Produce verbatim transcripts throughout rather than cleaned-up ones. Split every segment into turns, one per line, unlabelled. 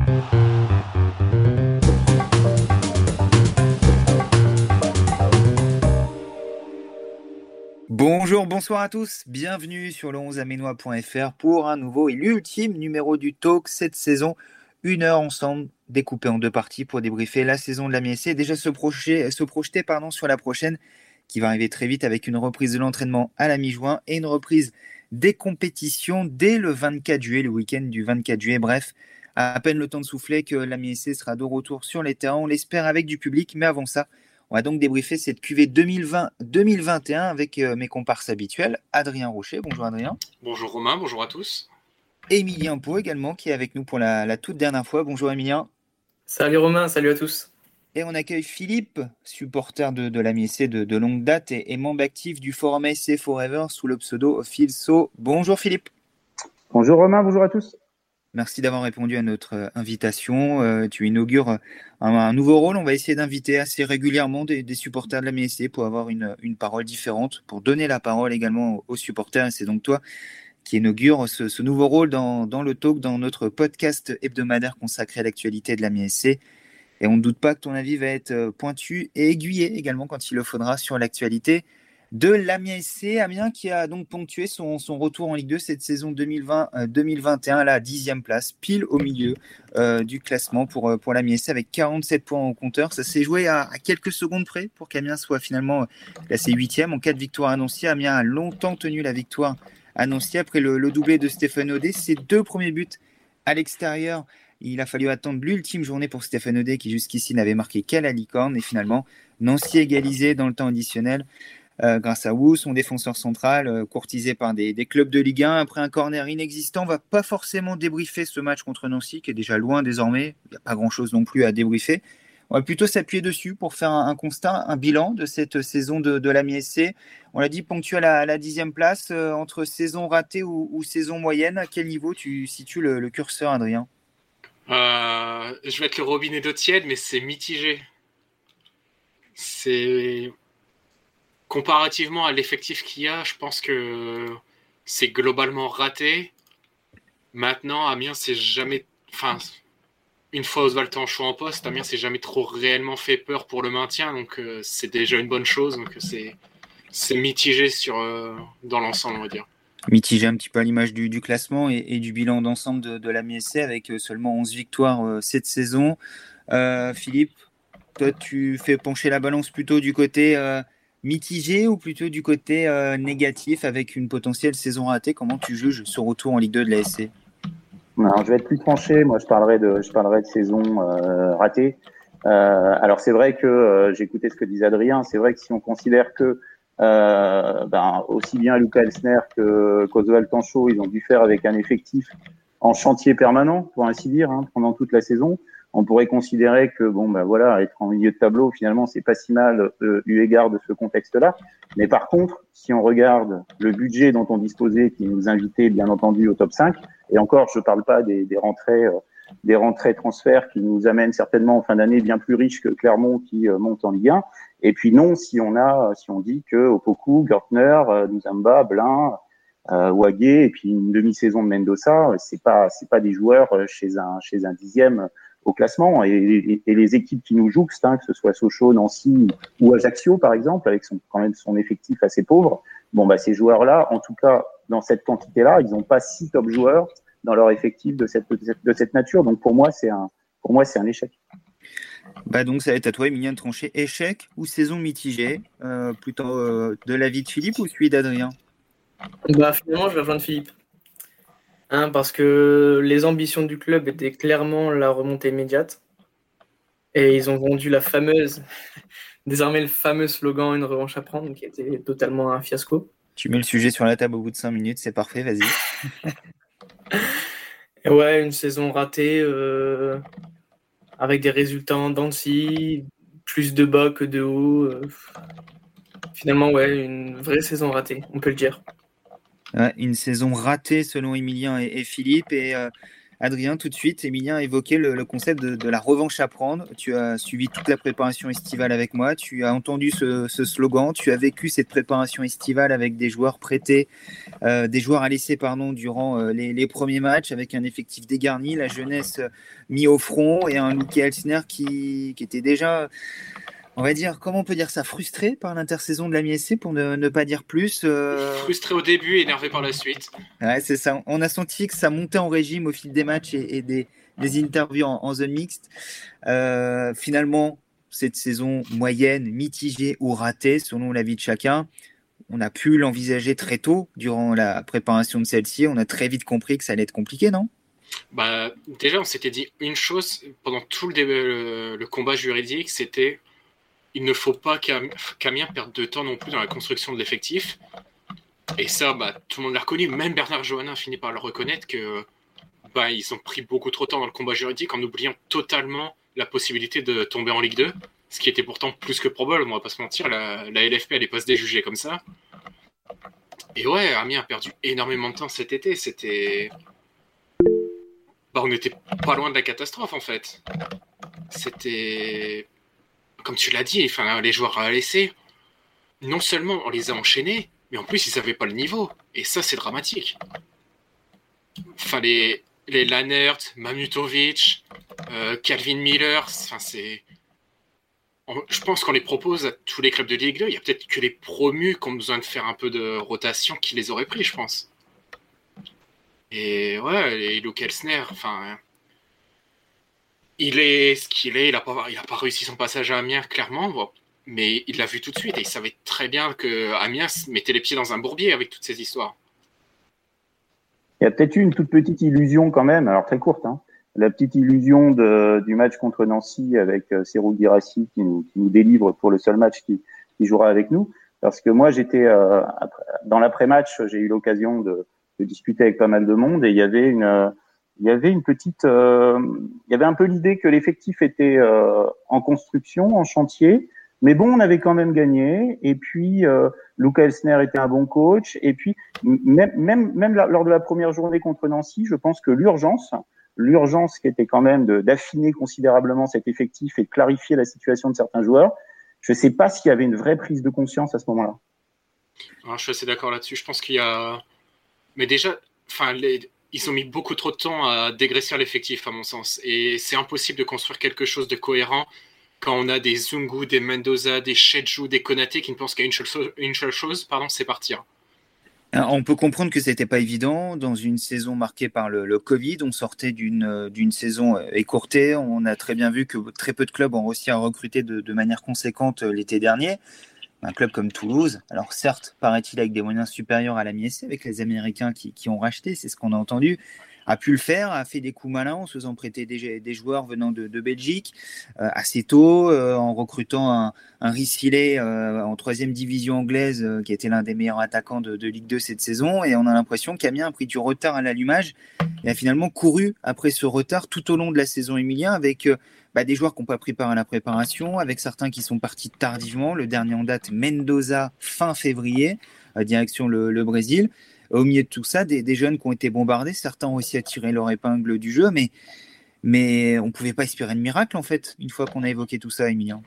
Bonjour, bonsoir à tous, bienvenue sur le onze aménois point f r pour un nouveau et l'ultime numéro du Talk cette saison. Une heure ensemble, découpée en deux parties pour débriefer la saison de la M I S C et déjà se projeter, se projeter pardon, sur la prochaine qui va arriver très vite avec une reprise de l'entraînement à la mi-juin et une reprise des compétitions dès le vingt-quatre juillet, le week-end du vingt-quatre juillet. Bref, à peine le temps de souffler que la M I S C sera de retour sur les terrains, on l'espère avec du public, mais avant ça, on va donc débriefer cette Q V deux mille vingt deux mille vingt et un avec euh, mes comparses habituels. Adrien Rocher, bonjour Adrien.
Bonjour Romain, bonjour à tous.
Et Emilien Pau également, qui est avec nous pour la, la toute dernière fois. Bonjour Emilien.
Salut Romain, salut à tous.
Et on accueille Philippe, supporter de, de la M I S C de, de longue date et, et membre actif du forum A S C Forever sous le pseudo Philso. Bonjour Philippe.
Bonjour Romain, bonjour à tous.
Merci d'avoir répondu à notre invitation. Euh, tu inaugures un, un nouveau rôle. On va essayer d'inviter assez régulièrement des, des supporters de la M I S C pour avoir une, une parole différente, pour donner la parole également aux supporters. Et c'est donc toi qui inaugure ce, ce nouveau rôle dans, dans le talk, dans notre podcast hebdomadaire consacré à l'actualité de la M I S C. Et on ne doute pas que ton avis va être pointu et aiguillé également quand il le faudra sur l'actualité de l'A M I S C. Amiens qui a donc ponctué son, son retour en Ligue deux cette saison deux mille vingt deux mille vingt et un à la dixième place, pile au milieu euh, du classement pour, pour l'A M I S C avec quarante-sept points au compteur. Ça s'est joué à, à quelques secondes près pour qu'Amiens soit finalement classé huitième. En cas de victoire annoncée, Amiens a longtemps tenu la victoire annoncée après le, le doublé de Stéphane Audet. Ses deux premiers buts à l'extérieur, il a fallu attendre l'ultime journée pour Stéphane Audet qui jusqu'ici n'avait marqué qu'à la licorne. Et finalement, Nancy égalisé dans le temps additionnel. Euh, grâce à Wu, son défenseur central, euh, courtisé par des, des clubs de Ligue un. Après un corner inexistant, on ne va pas forcément débriefer ce match contre Nancy, qui est déjà loin désormais. Il n'y a pas grand-chose non plus à débriefer. On va plutôt s'appuyer dessus pour faire un, un constat, un bilan de cette saison de, de la M I S C. On l'a dit, ponctué à la, à la dixième place, euh, entre saison ratée ou, ou saison moyenne. À quel niveau tu situes le, le curseur, Adrien ?
euh, Je vais être le robinet d'eau tiède, mais c'est mitigé. C'est... Comparativement à l'effectif qu'il y a, je pense que c'est globalement raté. Maintenant, Amiens, c'est jamais... Enfin, une fois Oswald Tanchot en poste, Amiens s'est jamais trop réellement fait peur pour le maintien, donc euh, c'est déjà une bonne chose. Donc c'est, c'est mitigé sur, euh, dans l'ensemble, on va dire.
Mitigé un petit peu à l'image du, du classement et, et du bilan d'ensemble de, de la M I S C avec seulement onze victoires euh, cette saison. Euh, Philippe, toi, tu fais pencher la balance plutôt du côté... Euh, mitigé ou plutôt du côté euh, négatif avec une potentielle saison ratée? Comment tu juges ce retour en Ligue deux de la S C?
Alors, je vais être plus tranché. Moi, je parlerai de, je parlerai de saison euh, ratée. Euh, alors, c'est vrai que euh, j'ai écouté ce que disait Adrien. C'est vrai que si on considère que euh, ben, aussi bien Luca Elsner que qu'Oswald Tanchot, ils ont dû faire avec un effectif en chantier permanent, pour ainsi dire, hein, pendant toute la saison. On pourrait considérer que bon ben voilà, être en milieu de tableau finalement c'est pas si mal euh, eu égard de ce contexte-là. Mais par contre, si on regarde le budget dont on disposait, qui nous invitait bien entendu au top cinq, et encore je parle pas des, des rentrées, euh, des rentrées transferts qui nous amènent certainement en fin d'année bien plus riches que Clermont qui euh, monte en Ligue un. Et puis non, si on a, si on dit que Opoku, Gertner, euh, Nzamba, Blin, euh, Wagué et puis une demi-saison de Mendoza, c'est pas, c'est pas des joueurs chez un, chez un dixième au classement, et, et, et les équipes qui nous jouxtent, hein, que ce soit Sochaux, Nancy ou Ajaccio par exemple, avec son, quand même son effectif assez pauvre, bon bah ces joueurs-là, en tout cas dans cette quantité-là, ils n'ont pas six top joueurs dans leur effectif de cette, de cette, de cette nature. Donc pour moi c'est un, pour moi c'est un échec.
Bah donc ça va être à toi, Emilien, de trancher. Échec ou saison mitigée, euh, plutôt euh, de l'avis de Philippe ou celui d'Adrien?
Bah finalement je vais rejoindre Philippe. Hein, parce que les ambitions du club étaient clairement la remontée immédiate. Et ils ont vendu la fameuse, désormais le fameux slogan « Une revanche à prendre » qui était totalement un fiasco.
Tu mets le sujet sur la table au bout de cinq minutes, c'est parfait, vas-y.
Et ouais, une saison ratée, euh, avec des résultats en dents de scie, plus de bas que de haut. Euh, finalement, ouais, une vraie saison ratée, on peut le dire.
Ouais, une saison ratée selon Emilien et, et Philippe. Et euh, Adrien, tout de suite, Emilien a évoqué le, le concept de, de la revanche à prendre. Tu as suivi toute la préparation estivale avec moi, tu as entendu ce, ce slogan, tu as vécu cette préparation estivale avec des joueurs prêtés, euh, des joueurs à laisser pardon, durant euh, les, les premiers matchs, avec un effectif dégarni, la jeunesse euh, mis au front et un Luke Elsner qui, qui était déjà... On va dire, comment on peut dire ça, frustré par l'intersaison de la M I S C pour ne, ne pas dire plus. Euh...
Frustré au début, énervé par la suite.
Ouais, c'est ça. On a senti que ça montait en régime au fil des matchs et, et des, des interviews en, en zone mixte. Euh, finalement, cette saison moyenne, mitigée ou ratée, selon l'avis de chacun, on a pu l'envisager très tôt durant la préparation de celle-ci. On a très vite compris que ça allait être compliqué, non ?
Bah, déjà, on s'était dit une chose pendant tout le, le, le combat juridique, c'était il ne faut pas qu'Amiens perde de temps non plus dans la construction de l'effectif. Et ça, bah, tout le monde l'a reconnu. Même Bernard Johannin finit par le reconnaître que bah, ils ont pris beaucoup trop de temps dans le combat juridique en oubliant totalement la possibilité de tomber en Ligue deux. Ce qui était pourtant plus que probable, on va pas se mentir. La, la L F P, elle n'est pas se déjuger comme ça. Et ouais, Amiens a perdu énormément de temps cet été. C'était... Bah, on n'était pas loin de la catastrophe, en fait. C'était... Comme tu l'as dit, enfin, les joueurs à laisser, non seulement on les a enchaînés, mais en plus ils n'avaient pas le niveau. Et ça, c'est dramatique. Enfin, les, les Lannert, Mamutovic, euh, Calvin Miller, enfin, c'est... On, je pense qu'on les propose à tous les clubs de Ligue deux. Il y a peut-être que les promus qui ont besoin de faire un peu de rotation qui les auraient pris, je pense. Et ouais, et Luke Elsner, enfin... Il est ce qu'il est, il n'a pas, il a pas réussi son passage à Amiens, clairement, bon, mais il l'a vu tout de suite et il savait très bien que Amiens mettait les pieds dans un bourbier avec toutes ces histoires.
Il y a peut-être eu une toute petite illusion quand même, alors très courte, hein, la petite illusion de, du match contre Nancy avec euh, Serhou Guirassy qui nous, qui nous délivre pour le seul match qui, qui jouera avec nous. Parce que moi, j'étais euh, après, dans l'après-match, j'ai eu l'occasion de, de discuter avec pas mal de monde et il y avait une... Euh, il y avait une petite, euh, il y avait un peu l'idée que l'effectif était euh, en construction, en chantier, mais bon, on avait quand même gagné. Et puis, euh, Luke Elsner était un bon coach. Et puis, même, même, même la, lors de la première journée contre Nancy, je pense que l'urgence, l'urgence qui était quand même de, d'affiner considérablement cet effectif et de clarifier la situation de certains joueurs, je ne sais pas s'il y avait une vraie prise de conscience à ce moment-là.
Alors, je suis assez d'accord là-dessus. Je pense qu'il y a, mais déjà, enfin les ils ont mis beaucoup trop de temps à dégraissir l'effectif, à mon sens. Et c'est impossible de construire quelque chose de cohérent quand on a des Zungu, des Mendoza, des Shedju, des Konaté qui ne pensent qu'à une seule, une seule chose, pardon, c'est partir.
Alors, on peut comprendre que c'était pas évident dans une saison marquée par le, le Covid. On sortait d'une, d'une saison écourtée. On a très bien vu que très peu de clubs ont réussi à recruter de, de manière conséquente l'été dernier. Un club comme Toulouse, alors certes, paraît-il avec des moyens supérieurs à la M I S C, avec les Américains qui, qui ont racheté, c'est ce qu'on a entendu, a pu le faire, a fait des coups malins en se faisant prêter des, des joueurs venant de, de Belgique euh, assez tôt, euh, en recrutant un, un Ricilé euh, en troisième division anglaise, euh, qui était l'un des meilleurs attaquants de, de Ligue deux cette saison, et on a l'impression qu'Amiens a pris du retard à l'allumage et a finalement couru après ce retard tout au long de la saison Emilien, avec... Euh, Bah, des joueurs qui n'ont pas pris part à la préparation, avec certains qui sont partis tardivement. Le dernier en date, Mendoza, fin février, euh, direction le, le Brésil. Au milieu de tout ça, des, des jeunes qui ont été bombardés. Certains ont aussi attiré leur épingle du jeu, mais, mais on ne pouvait pas espérer de miracle, en fait, une fois qu'on a évoqué tout ça, Emilien.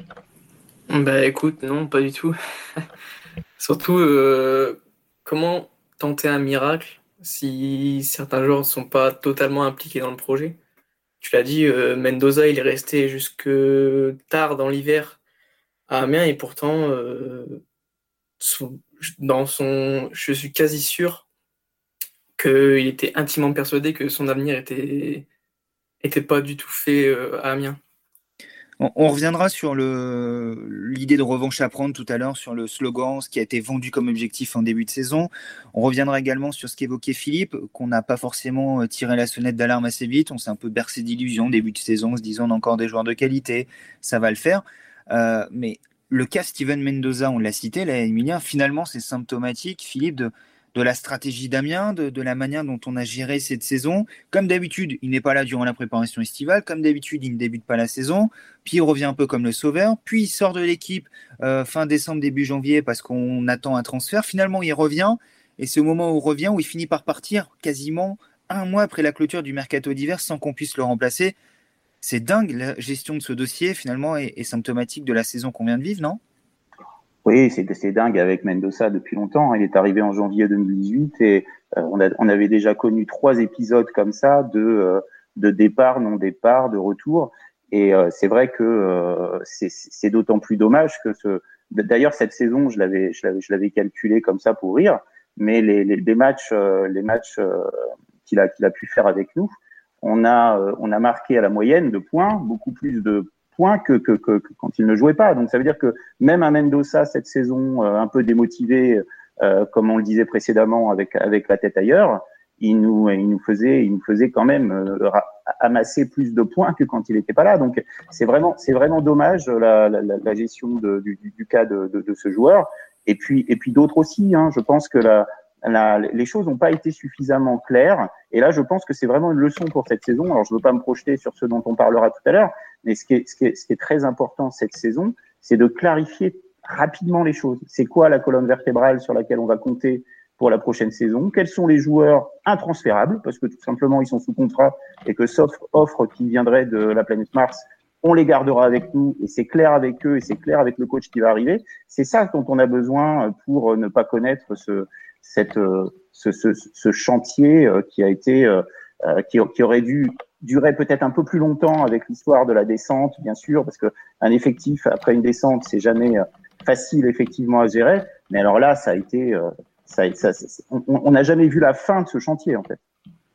Bah écoute, non, pas du tout. Surtout, euh, comment tenter un miracle si certains joueurs ne sont pas totalement impliqués dans le projet? Tu l'as dit, euh, Mendoza, il est resté jusque tard dans l'hiver à Amiens et pourtant, euh, son, dans son, je suis quasi sûr qu'il était intimement persuadé que son avenir était, était pas du tout fait euh, à Amiens.
On, on reviendra sur le, l'idée de revanche à prendre tout à l'heure, sur le slogan, ce qui a été vendu comme objectif en début de saison. On reviendra également sur ce qu'évoquait Philippe, qu'on n'a pas forcément tiré la sonnette d'alarme assez vite. On s'est un peu bercé d'illusions début de saison, se disant on a encore des joueurs de qualité, ça va le faire. Euh, mais le cas Steven Mendoza, on l'a cité, là, Emilien, finalement c'est symptomatique, Philippe, de, de la stratégie d'Amiens, de, de la manière dont on a géré cette saison. Comme d'habitude, il n'est pas là durant la préparation estivale. Comme d'habitude, il ne débute pas la saison. Puis il revient un peu comme le sauveur. Puis il sort de l'équipe euh, fin décembre, début janvier parce qu'on attend un transfert. Finalement, il revient. Et c'est au moment où il revient où il finit par partir quasiment un mois après la clôture du mercato d'hiver sans qu'on puisse le remplacer. C'est dingue, la gestion de ce dossier finalement est, est symptomatique de la saison qu'on vient de vivre, non ?
Oui, c'est, c'est dingue avec Mendoza depuis longtemps. Il est arrivé en janvier deux mille dix-huit et euh, on, a, on avait déjà connu trois épisodes comme ça de, euh, de départ, non départ, de retour. Et euh, c'est vrai que euh, c'est, c'est d'autant plus dommage que ce. D'ailleurs, cette saison, je l'avais, je l'avais, je l'avais calculé comme ça pour rire, mais les, les, les matchs, euh, les matchs euh, qu'il a, qu'il a pu faire avec nous, on a, euh, on a marqué à la moyenne de points, beaucoup plus de points que, que, que, que quand il ne jouait pas. Donc ça veut dire que même un Mendoza cette saison, euh, un peu démotivé, euh, comme on le disait précédemment, avec avec la tête ailleurs, il nous, il nous faisait, il nous faisait quand même euh, amasser plus de points que quand il n'était pas là. Donc c'est vraiment, c'est vraiment dommage la, la, la gestion de, du, du cas de, de, de ce joueur. Et puis, et puis d'autres aussi. Hein. Je pense que la, la, les choses n'ont pas été suffisamment claires. Et là, je pense que c'est vraiment une leçon pour cette saison. Alors, je ne veux pas me projeter sur ce dont on parlera tout à l'heure, mais ce qui est, ce qui est, ce qui est très important cette saison, c'est de clarifier rapidement les choses. C'est quoi la colonne vertébrale sur laquelle on va compter pour la prochaine saison? Quels sont les joueurs intransférables? Parce que tout simplement, ils sont sous contrat et que sauf offre qui viendrait de la planète Mars, on les gardera avec nous et c'est clair avec eux et c'est clair avec le coach qui va arriver. C'est ça dont on a besoin pour ne pas connaître ce, cette, ce, ce, ce chantier qui a été, qui, qui aurait dû durer peut-être un peu plus longtemps avec l'histoire de la descente, bien sûr, parce que un effectif après une descente, c'est jamais facile effectivement à gérer. Mais alors là, ça a été, ça, ça, ça on n'a jamais vu la fin de ce chantier en fait.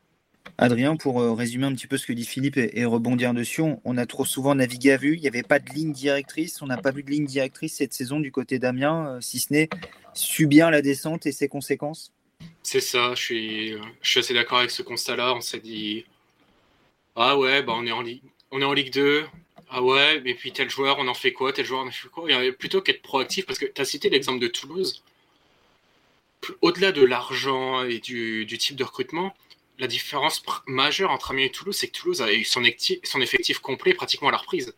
Adrien, pour résumer un petit peu ce que dit Philippe et, et rebondir dessus, on, on a trop souvent navigué à vue, il n'y avait pas de ligne directrice, on n'a pas vu de ligne directrice cette saison du côté d'Amiens, euh, si ce n'est subir la descente et ses conséquences.
C'est ça, je suis, je suis assez d'accord avec ce constat-là. On s'est dit, ah ouais, bah on est en Ligue, on est en Ligue deux, ah ouais, mais puis tel joueur, on en fait quoi, tel joueur, on en fait quoi. Et plutôt qu'être proactif, parce que tu as cité l'exemple de Toulouse, au-delà de l'argent et du, du type de recrutement, la différence pr- majeure entre Amiens et Toulouse, c'est que Toulouse a eu son, ecti- son effectif complet pratiquement à la reprise.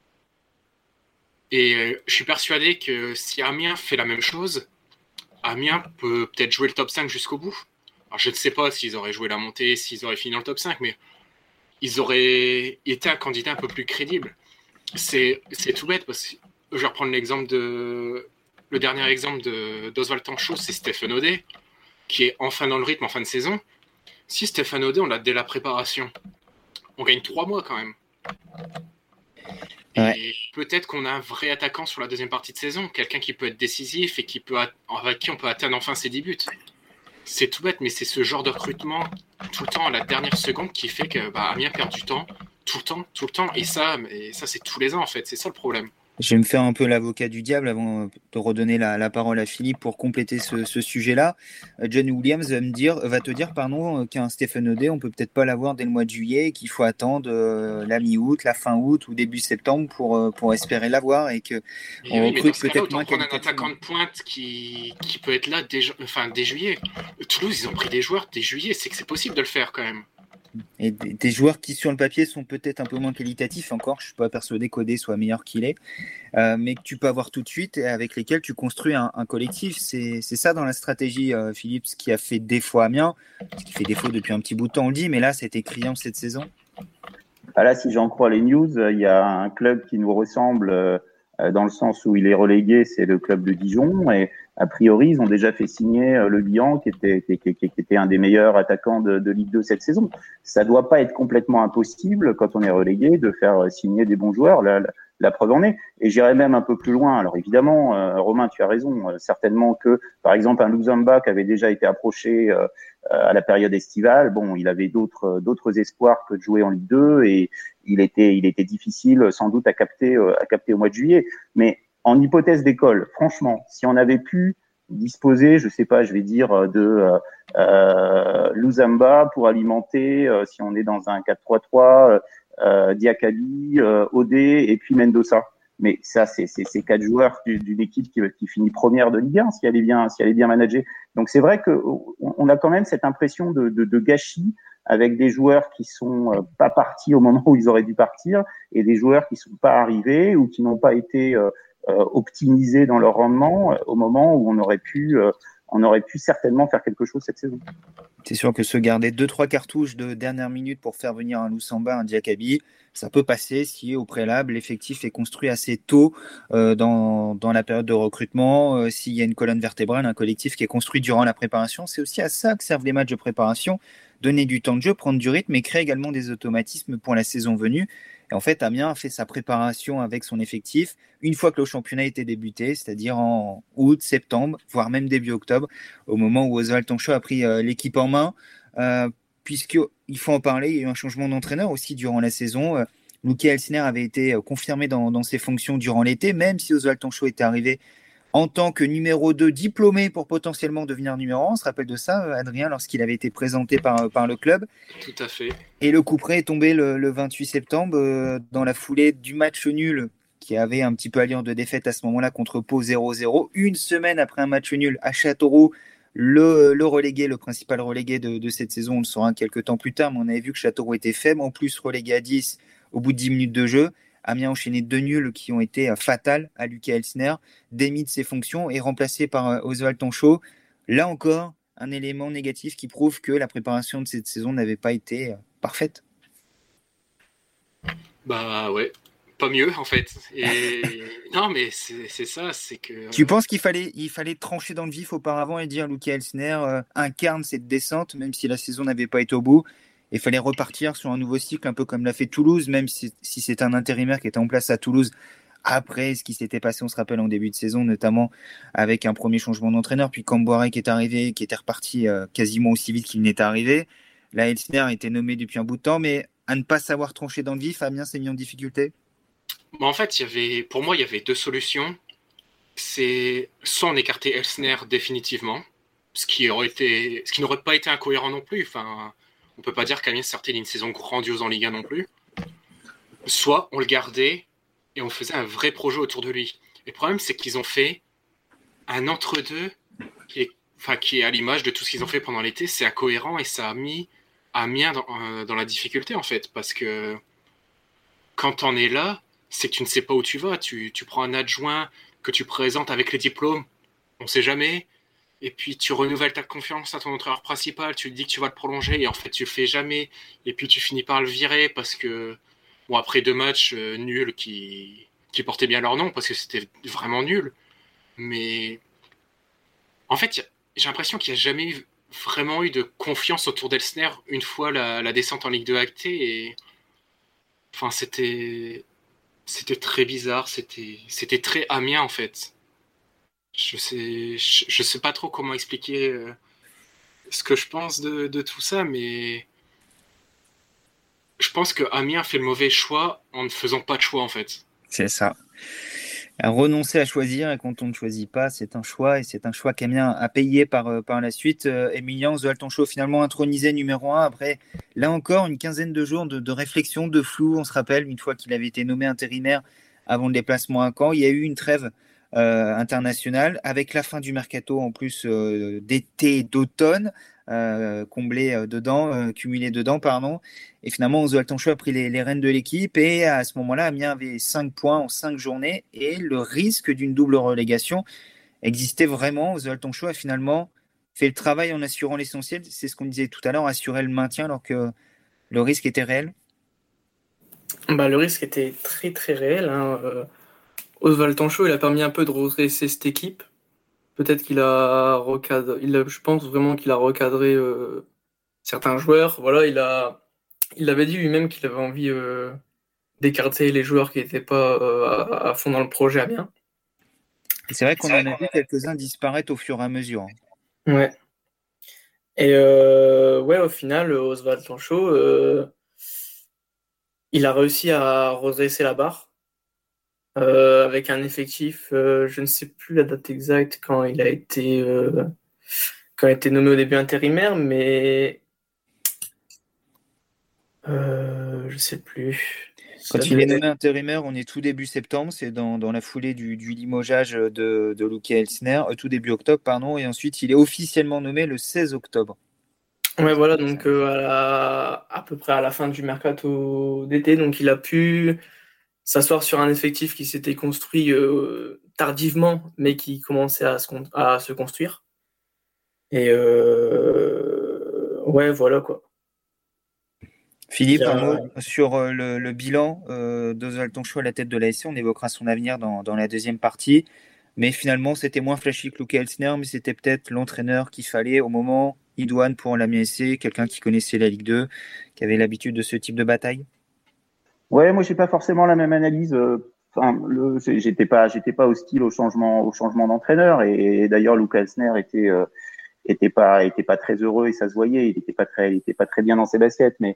Et euh, je suis persuadé que si Amiens fait la même chose, Amiens peut peut-être jouer le top cinq jusqu'au bout. Alors je ne sais pas s'ils auraient joué la montée, s'ils auraient fini dans le top cinq, mais ils auraient été un candidat un peu plus crédible. C'est, c'est tout bête, parce que je vais reprendre l'exemple de... Le dernier exemple de, d'Oswald Tanchot, c'est Stéphane Audet, qui est enfin dans le rythme en fin de saison. Si Stéphane Audet, on l'a dès la préparation, on gagne trois mois quand même.
Ouais.
Et peut-être qu'on a un vrai attaquant sur la deuxième partie de saison, quelqu'un qui peut être décisif et qui peut, avec qui on peut atteindre enfin ses dix buts. C'est tout bête, mais c'est ce genre de recrutement tout le temps à la dernière seconde qui fait que bah, Amiens perd du temps, tout le temps, tout le temps. Et ça, et ça c'est tous les ans en fait, c'est ça le problème.
Je vais me faire un peu l'avocat du diable avant de redonner la, la parole à Philippe pour compléter ce, ce sujet-là. John Williams va, me dire, va te dire pardon, qu'un Stéphane Audet, on peut peut-être pas l'avoir dès le mois de juillet et qu'il faut attendre euh, la mi-août, la fin août ou début septembre pour, euh, pour espérer l'avoir et que on
oui,
recrute peut-être moins
prendre un attaquant de pointe qui, qui peut être là dès, enfin, dès juillet. Toulouse, ils ont pris des joueurs dès juillet, c'est que c'est possible de le faire quand même.
Et des, des joueurs qui sur le papier sont peut-être un peu moins qualitatifs encore, je ne suis pas persuadé qu'Audet soit meilleur qu'il est, euh, mais que tu peux avoir tout de suite et avec lesquels tu construis un, un collectif. C'est, c'est ça dans la stratégie, euh, Philippe, ce qui a fait défaut à Amiens, ce qui fait défaut depuis un petit bout de temps, on le dit, mais là c'était criant cette saison.
Ah là, si j'en crois les news, il y a un club qui nous ressemble euh, dans le sens où il est relégué, c'est le club de Dijon, et a priori, ils ont déjà fait signer euh, Le Bihan, qui était, qui, qui, qui était un des meilleurs attaquants de, de Ligue deux cette saison. Ça doit pas être complètement impossible, quand on est relégué, de faire signer des bons joueurs. La, la, la preuve en est. Et j'irai même un peu plus loin. Alors évidemment, euh, Romain, tu as raison. Euh, certainement que, par exemple, un Luzamba qui avait déjà été approché euh, à la période estivale, bon, il avait d'autres d'autres espoirs que de jouer en Ligue deux, et il était il était difficile sans doute à capter à capter au mois de juillet. Mais en hypothèse d'école, franchement, si on avait pu disposer, je sais pas, je vais dire de euh, Luzamba pour alimenter, euh, si on est dans un quatre trois trois, euh, Diakabi, euh, Audet et puis Mendoza. Mais ça, c'est c'est c'est quatre joueurs d'une équipe qui, qui finit première de Ligue un si elle est bien si elle est bien managée. Donc c'est vrai que on a quand même cette impression de de, de gâchis avec des joueurs qui sont pas partis au moment où ils auraient dû partir et des joueurs qui sont pas arrivés ou qui n'ont pas été euh, optimisés dans leur rendement au moment où on aurait pu euh, on aurait pu certainement faire quelque chose cette saison.
C'est sûr que se garder deux trois cartouches de dernière minute pour faire venir un Loussamba, un Diakabi, ça peut passer si au préalable l'effectif est construit assez tôt euh, dans, dans la période de recrutement, euh, s'il y a une colonne vertébrale, un collectif qui est construit durant la préparation. C'est aussi à ça que servent les matchs de préparation, donner du temps de jeu, prendre du rythme et créer également des automatismes pour la saison venue. Et en fait, Amiens a fait sa préparation avec son effectif une fois que le championnat était débuté, c'est-à-dire en août, septembre, voire même début octobre, au moment où Oswald Tanchot a pris euh, l'équipe en main. Euh, Puisqu'il faut en parler, il y a eu un changement d'entraîneur aussi durant la saison. Euh, Luke Elsner avait été confirmé dans, dans ses fonctions durant l'été, même si Oswald Tanchot était arrivé en tant que numéro deux diplômé pour potentiellement devenir numéro un. On se rappelle de ça, Adrien, lorsqu'il avait été présenté par, par le club.
Tout à fait.
Et le coup près est tombé le, le vingt-huit septembre euh, dans la foulée du match nul qui avait un petit peu allure de défaite à ce moment-là contre Pau zéro zéro. Une semaine après un match nul à Châteauroux, le, le relégué, le principal relégué de, de cette saison, on le saura quelques temps plus tard, mais on avait vu que Châteauroux était faible, en plus relégué à dix au bout de dix minutes de jeu. Amiens a enchaîné deux nuls qui ont été fatales à Lucas Elsner, démis de ses fonctions et remplacé par Oswald Tanchot. Là encore, un élément négatif qui prouve que la préparation de cette saison n'avait pas été parfaite.
Bah ouais, pas mieux en fait. Et non mais c'est, c'est ça, c'est que.
Tu penses qu'il fallait, il fallait trancher dans le vif auparavant et dire Lucas Elsner euh, incarne cette descente, même si la saison n'avait pas été au bout. Il fallait repartir sur un nouveau cycle, un peu comme l'a fait Toulouse, même si, si c'est un intérimaire qui était en place à Toulouse après ce qui s'était passé, on se rappelle, en début de saison, notamment avec un premier changement d'entraîneur, puis Camboire qui est arrivé, qui était reparti euh, quasiment aussi vite qu'il n'était arrivé. Là, Elsner a été nommé depuis un bout de temps, mais à ne pas savoir trancher dans le vif, Amiens s'est mis en difficulté.
En fait, il y avait, pour moi, il y avait deux solutions. C'est soit on écartait Elsner définitivement, ce qui aurait été, ce qui n'aurait pas été incohérent non plus. Enfin, on peut pas dire qu'Amiens sortait d'une saison grandiose en Ligue un non plus. Soit on le gardait et on faisait un vrai projet autour de lui. Et le problème, c'est qu'ils ont fait un entre-deux qui est, enfin, qui est à l'image de tout ce qu'ils ont fait pendant l'été. C'est incohérent et ça a mis Amiens dans, euh, dans la difficulté en fait, parce que quand on est là, c'est que tu ne sais pas où tu vas. Tu, tu prends un adjoint que tu présentes avec les diplômes, on ne sait jamais. Et puis tu renouvelles ta confiance à ton entraîneur principal, tu te dis que tu vas le prolonger et en fait tu le fais jamais. Et puis tu finis par le virer parce que, bon, après deux matchs euh, nuls qui, qui portaient bien leur nom parce que c'était vraiment nul. Mais en fait, y a, j'ai l'impression qu'il n'y a jamais eu, vraiment eu de confiance autour d'Elsner une fois la, la descente en Ligue deux actée. Et enfin, c'était, c'était très bizarre, c'était, c'était très Amiens en fait. Je sais, je, je sais pas trop comment expliquer euh, ce que je pense de, de tout ça, mais je pense que Amiens fait le mauvais choix en ne faisant pas de choix en fait.
C'est ça. À renoncer à choisir, et quand on ne choisit pas, c'est un choix, et c'est un choix qu'Amiens a payé par, par la suite. Euh, Emilien Oswald Tanchot finalement intronisé numéro un après, là encore, une quinzaine de jours de, de réflexion, de flou. On se rappelle, une fois qu'il avait été nommé intérimaire avant le déplacement à Caen, il y a eu une trêve euh, internationale avec la fin du mercato en plus euh, d'été et d'automne, euh, comblé euh, dedans, euh, cumulé dedans, pardon. Et finalement, Oswald Tanchot a pris les, les rênes de l'équipe et à ce moment-là, Amiens avait cinq points en cinq journées et le risque d'une double relégation existait vraiment. Oswald Tanchot a finalement fait le travail en assurant l'essentiel. C'est ce qu'on disait tout à l'heure, assurer le maintien alors que le risque était réel.
Bah, le risque était très très réel. Hein. Euh, Oswald Tanchot, il a permis un peu de redresser cette équipe. Peut-être qu'il a recadré, il a, je pense vraiment qu'il a recadré euh, certains joueurs. Voilà, il a, il avait dit lui-même qu'il avait envie euh, d'écarter les joueurs qui n'étaient pas euh, à, à fond dans le projet Amiens.
Et c'est vrai qu'on en a vu quelques-uns disparaître au fur et à mesure.
Ouais. Et euh, ouais, au final, Oswald Tanchot, euh, il a réussi à redresser la barre. Euh, avec un effectif, euh, je ne sais plus la date exacte quand il a été euh, quand il a été nommé au début intérimaire, mais euh, je sais plus.
Quand il est nommé intérimaire, on est tout début septembre, c'est dans, dans la foulée du, du limogeage de, de Luke Elsner, euh, tout début octobre, pardon, et ensuite il est officiellement nommé le seize octobre.
Ouais, voilà, donc euh, à, la, à peu près à la fin du mercato d'été, donc il a pu s'asseoir sur un effectif qui s'était construit euh, tardivement, mais qui commençait à se, à se construire. Et euh... ouais, voilà quoi.
Philippe,
J'ai
un
un-
mot sur euh, le, le bilan euh, d'Oswald Tonchou à la tête de l'A S C. On évoquera son avenir dans, dans la deuxième partie. Mais finalement, c'était moins flashy que Luke Elsner, mais c'était peut-être l'entraîneur qu'il fallait au moment idoine pour l'A M I S C, quelqu'un qui connaissait la Ligue deux, qui avait l'habitude de ce type de bataille.
Ouais, moi j'ai pas forcément la même analyse. euh, Enfin, le, j'étais pas, j'étais pas hostile au changement, au changement d'entraîneur. Et, et d'ailleurs, Luke Elsner était, euh, était pas, était pas très heureux et ça se voyait. Il était pas très, il était pas très bien dans ses baskets. Mais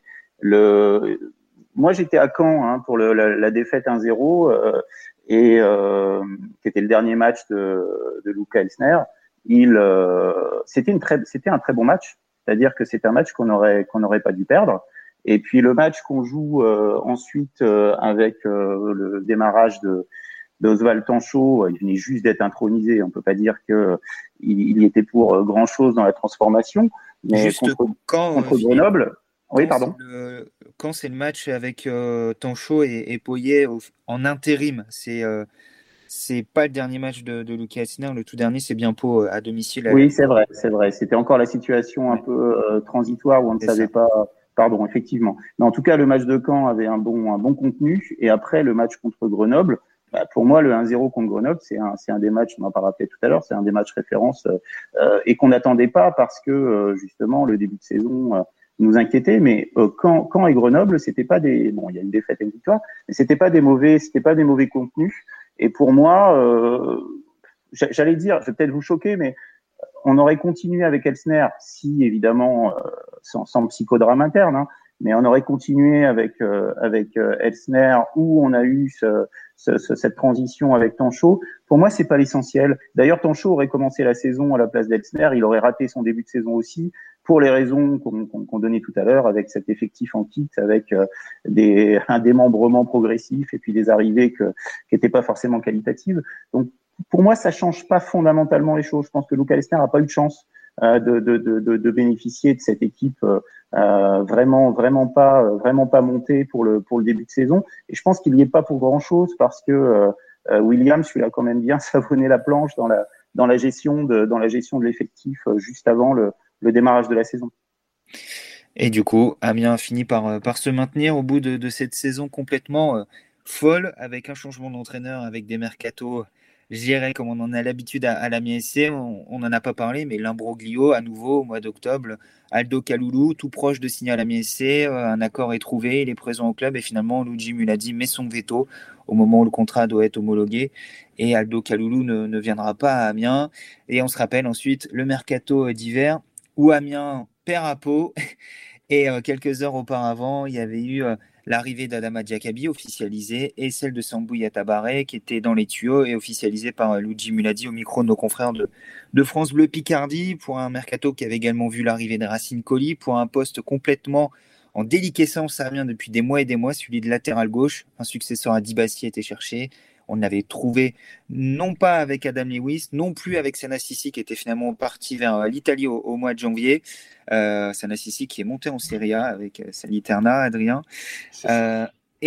le, moi j'étais à Caen hein, pour le, la, la défaite un zéro euh, et euh, qui était le dernier match de, de Luke Elsner. Il, euh, c'était une très, c'était un très bon match. C'est-à-dire que c'est un match qu'on aurait, qu'on n'aurait pas dû perdre. Et puis le match qu'on joue euh, ensuite euh, avec euh, le démarrage de d'Oswald Tanchot, il venait juste d'être intronisé. On peut pas dire que il, il y était pour euh, grand chose dans la transformation, mais
Juste
contre
quand, euh,
contre
Philippe,
Grenoble, oui
quand c'est
pardon.
le, quand c'est le match avec euh, Tanchot et, et Poyet au- en intérim, c'est euh, c'est pas le dernier match de, de Luke Elsner. Le tout dernier, c'est bien Pau à domicile à la
Oui, c'est
mi-temps.
vrai, c'est vrai. C'était encore la situation un
Ouais,
peu euh, transitoire où on ne
c'est
savait
ça.
pas. Pardon, effectivement. Mais en tout cas, le match de Caen avait un bon, un bon contenu. Et après, le match contre Grenoble, bah, pour moi, le un zéro contre Grenoble, c'est un, c'est un des matchs, on n'a pas rappelé tout à l'heure, c'est un des matchs référence euh, et qu'on n'attendait pas parce que euh, justement le début de saison euh, nous inquiétait. Mais euh, Caen, Caen et Grenoble, c'était pas des, bon, il y a une défaite et une victoire, mais c'était pas des mauvais, c'était pas des mauvais contenus. Et pour moi, euh, j'allais dire, je vais peut-être vous choquer, mais on aurait continué avec Elsner si évidemment euh, sans, sans psychodrame interne, hein, mais on aurait continué avec euh, avec euh, Elsner où on a eu ce, ce, ce, cette transition avec Tanchot. Pour moi, c'est pas l'essentiel. D'ailleurs, Tanchot aurait commencé la saison à la place d'Elsner, il aurait raté son début de saison aussi pour les raisons qu'on qu'on, qu'on donnait tout à l'heure, avec cet effectif en kit, avec euh, des, un démembrement progressif et puis des arrivées que, qui n'étaient pas forcément qualitatives. Donc pour moi, ça change pas fondamentalement les choses. Je pense que Luke Elsner n'a pas eu de chance euh, de, de, de, de bénéficier de cette équipe euh, vraiment, vraiment pas, vraiment pas montée pour le pour le début de saison. Et je pense qu'il n'y est pas pour grand chose parce que euh, Williams, lui a quand même bien savonné la planche dans la dans la gestion de dans la gestion de l'effectif euh, juste avant le, le démarrage de la saison.
Et du coup, Amiens a fini par, par se maintenir au bout de, de cette saison complètement euh, folle, avec un changement d'entraîneur, avec des mercatos, je dirais, comme on en a l'habitude à, à l'Amiens S C. On n'en a pas parlé, mais l'imbroglio à nouveau au mois d'octobre. Aldo Kaloulou, tout proche de signer à l'Amiens S C, euh, un accord est trouvé, il est présent au club et finalement Luigi Muladi met son veto au moment où le contrat doit être homologué et Aldo Kaloulou ne, ne viendra pas à Amiens. Et on se rappelle ensuite le mercato d'hiver où Amiens perd à Pau. Et euh, quelques heures auparavant, il y avait eu euh, l'arrivée d'Adama Diakabi officialisée et celle de Sambouya Tabaré qui était dans les tuyaux et officialisée par euh, Luigi Muladi au micro de nos confrères de, de France Bleu Picardie pour un mercato qui avait également vu l'arrivée de Racine Colli pour un poste complètement en déliquescence à Amiens depuis des mois et des mois, celui de latéral gauche. Un successeur à Dibassi a été cherché. On l'avait trouvé non pas avec Adam Lewis, non plus avec Sana Sissi qui était finalement parti vers l'Italie au, au mois de janvier. Euh, Sana Sissi qui est monté en Serie A avec Saliterna, Adrien. Euh,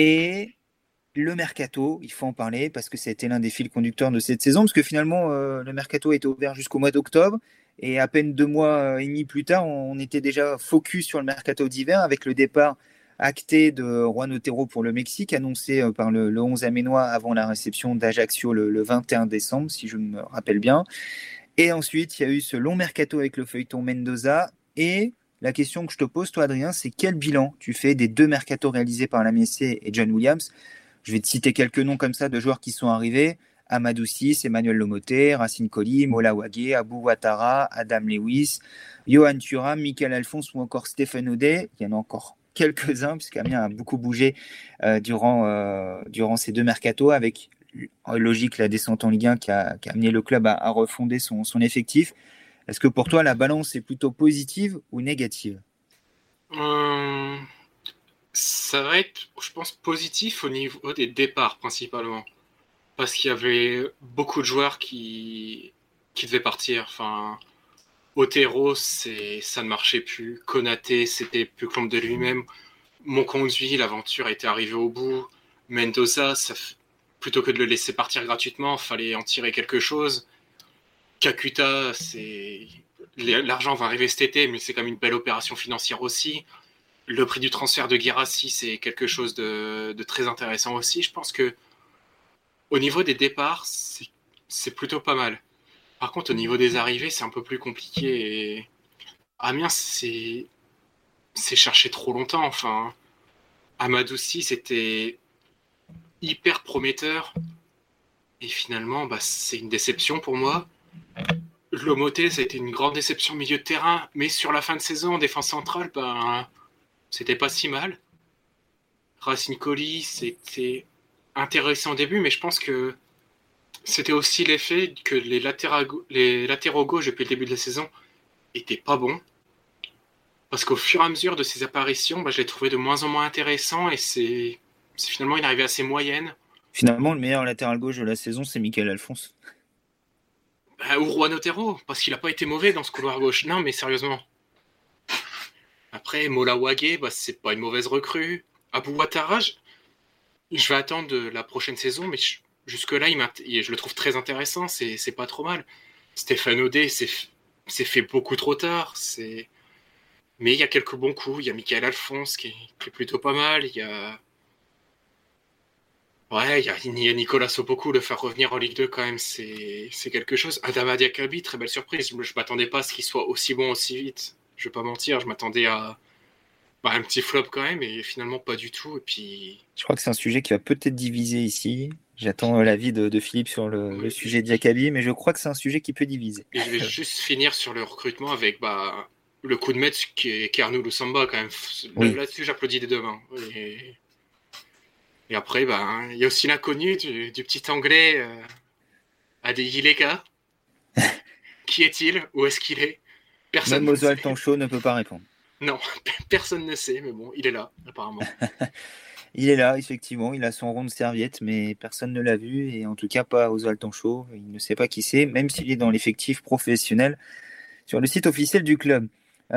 et le mercato, il faut en parler parce que ça a été l'un des fils conducteurs de cette saison, parce que finalement, euh, le mercato a été ouvert jusqu'au mois d'octobre. Et à peine deux mois et demi plus tard, on était déjà focus sur le mercato d'hiver avec le départ acté de Juan Otero pour le Mexique, annoncé par le, le onze aménois avant la réception d'Ajaccio le, le vingt et un décembre, si je me rappelle bien. Et ensuite, il y a eu ce long mercato avec le feuilleton Mendoza. Et la question que je te pose, toi, Adrien, c'est quel bilan tu fais des deux mercatos réalisés par la M S C et John Williams? Je vais te citer quelques noms comme ça de joueurs qui sont arrivés. Amadou Sis, Emmanuel Lomoté, Racine Colli, Mola Wagé, Abou Ouattara, Adam Lewis, Johan Thuram, Michael Alphonse ou encore Stéphane Audet. Il y en a encore quelques-uns, puisqu'Amiens a beaucoup bougé euh, durant, euh, durant ces deux mercatos, avec logique la descente en Ligue un qui a, qui a amené le club à, à refonder son, son effectif. Est-ce que pour toi, la balance est plutôt positive ou négative?
euh, Ça va être, je pense, positif au niveau des départs principalement. Parce qu'il y avait beaucoup de joueurs qui, qui devaient partir. Enfin, Otero, c'est, ça ne marchait plus. Konaté, c'était plus que l'ombre de lui-même. Monconduit, l'aventure était arrivée au bout. Mendoza, ça, plutôt que de le laisser partir gratuitement, fallait en tirer quelque chose. Kakuta, c'est, l'argent va arriver cet été, mais c'est quand même une belle opération financière aussi. Le prix du transfert de Guirassy, c'est quelque chose de, de très intéressant aussi. Je pense que au niveau des départs, c'est, c'est plutôt pas mal. Par contre, au niveau des arrivées, c'est un peu plus compliqué. Et Amiens, c'est, c'est cherché trop longtemps. Enfin, Amadouci, c'était hyper prometteur. Et finalement, bah, c'est une déception pour moi. Lomoté, ça a été une grande déception au milieu de terrain. Mais sur la fin de saison, en défense centrale, bah, c'était pas si mal. Racine Colli, c'était intéressant au début, mais je pense que c'était aussi l'effet que les latéraux, les latéraux gauche depuis le début de la saison étaient pas bons. Parce qu'au fur et à mesure de ses apparitions, bah, je l'ai trouvé de moins en moins intéressant et c'est, c'est finalement une arrivée assez moyenne.
Finalement, le meilleur latéral gauche de la saison, c'est Michael Alphonse.
Bah, ou Juan Otero, parce qu'il n'a pas été mauvais dans ce couloir gauche. Non, mais sérieusement. Après, Mola Wagé, bah, c'est pas une mauvaise recrue. Abou Ouattara, je... je vais attendre la prochaine saison, mais je... jusque-là, il je le trouve très intéressant. C'est, c'est pas trop mal. Stéphane Audet, c'est, c'est fait beaucoup trop tard. C'est... Mais il y a quelques bons coups. Il y a Michael Alphonse qui est, qui est plutôt pas mal. Il y a... Ouais, il y a, il y a Nicolas Sopoku, le faire revenir en Ligue deux quand même, c'est, c'est quelque chose. Adama Diakabi, très belle surprise. Je ne m'attendais pas à ce qu'il soit aussi bon aussi vite. Je vais pas mentir, je m'attendais à bah, un petit flop quand même, et finalement pas du tout. Et puis...
Je crois que c'est un sujet qui va peut-être diviser ici. J'attends l'avis de, de Philippe sur le, oui, le sujet de Diakabi, mais je crois que c'est un sujet qui peut diviser.
Et je vais juste finir sur le recrutement avec bah, le coup de maître qui est, qui est Arnaud Lusamba quand même. Oui. Là-dessus, j'applaudis des deux mains. Et... Et après, ben, il y a aussi l'inconnu du, du petit anglais euh, Adeyileka. Qui est-il? Où est-ce qu'il est?
Personne Même Oswald Tanchot ne peut pas répondre.
Non, personne ne sait, mais bon, il est là, apparemment.
Il est là, effectivement, il a son rond de serviette, mais personne ne l'a vu, et en tout cas pas Oswald Tanchot. Il ne sait pas qui c'est, même s'il est dans l'effectif professionnel sur le site officiel du club.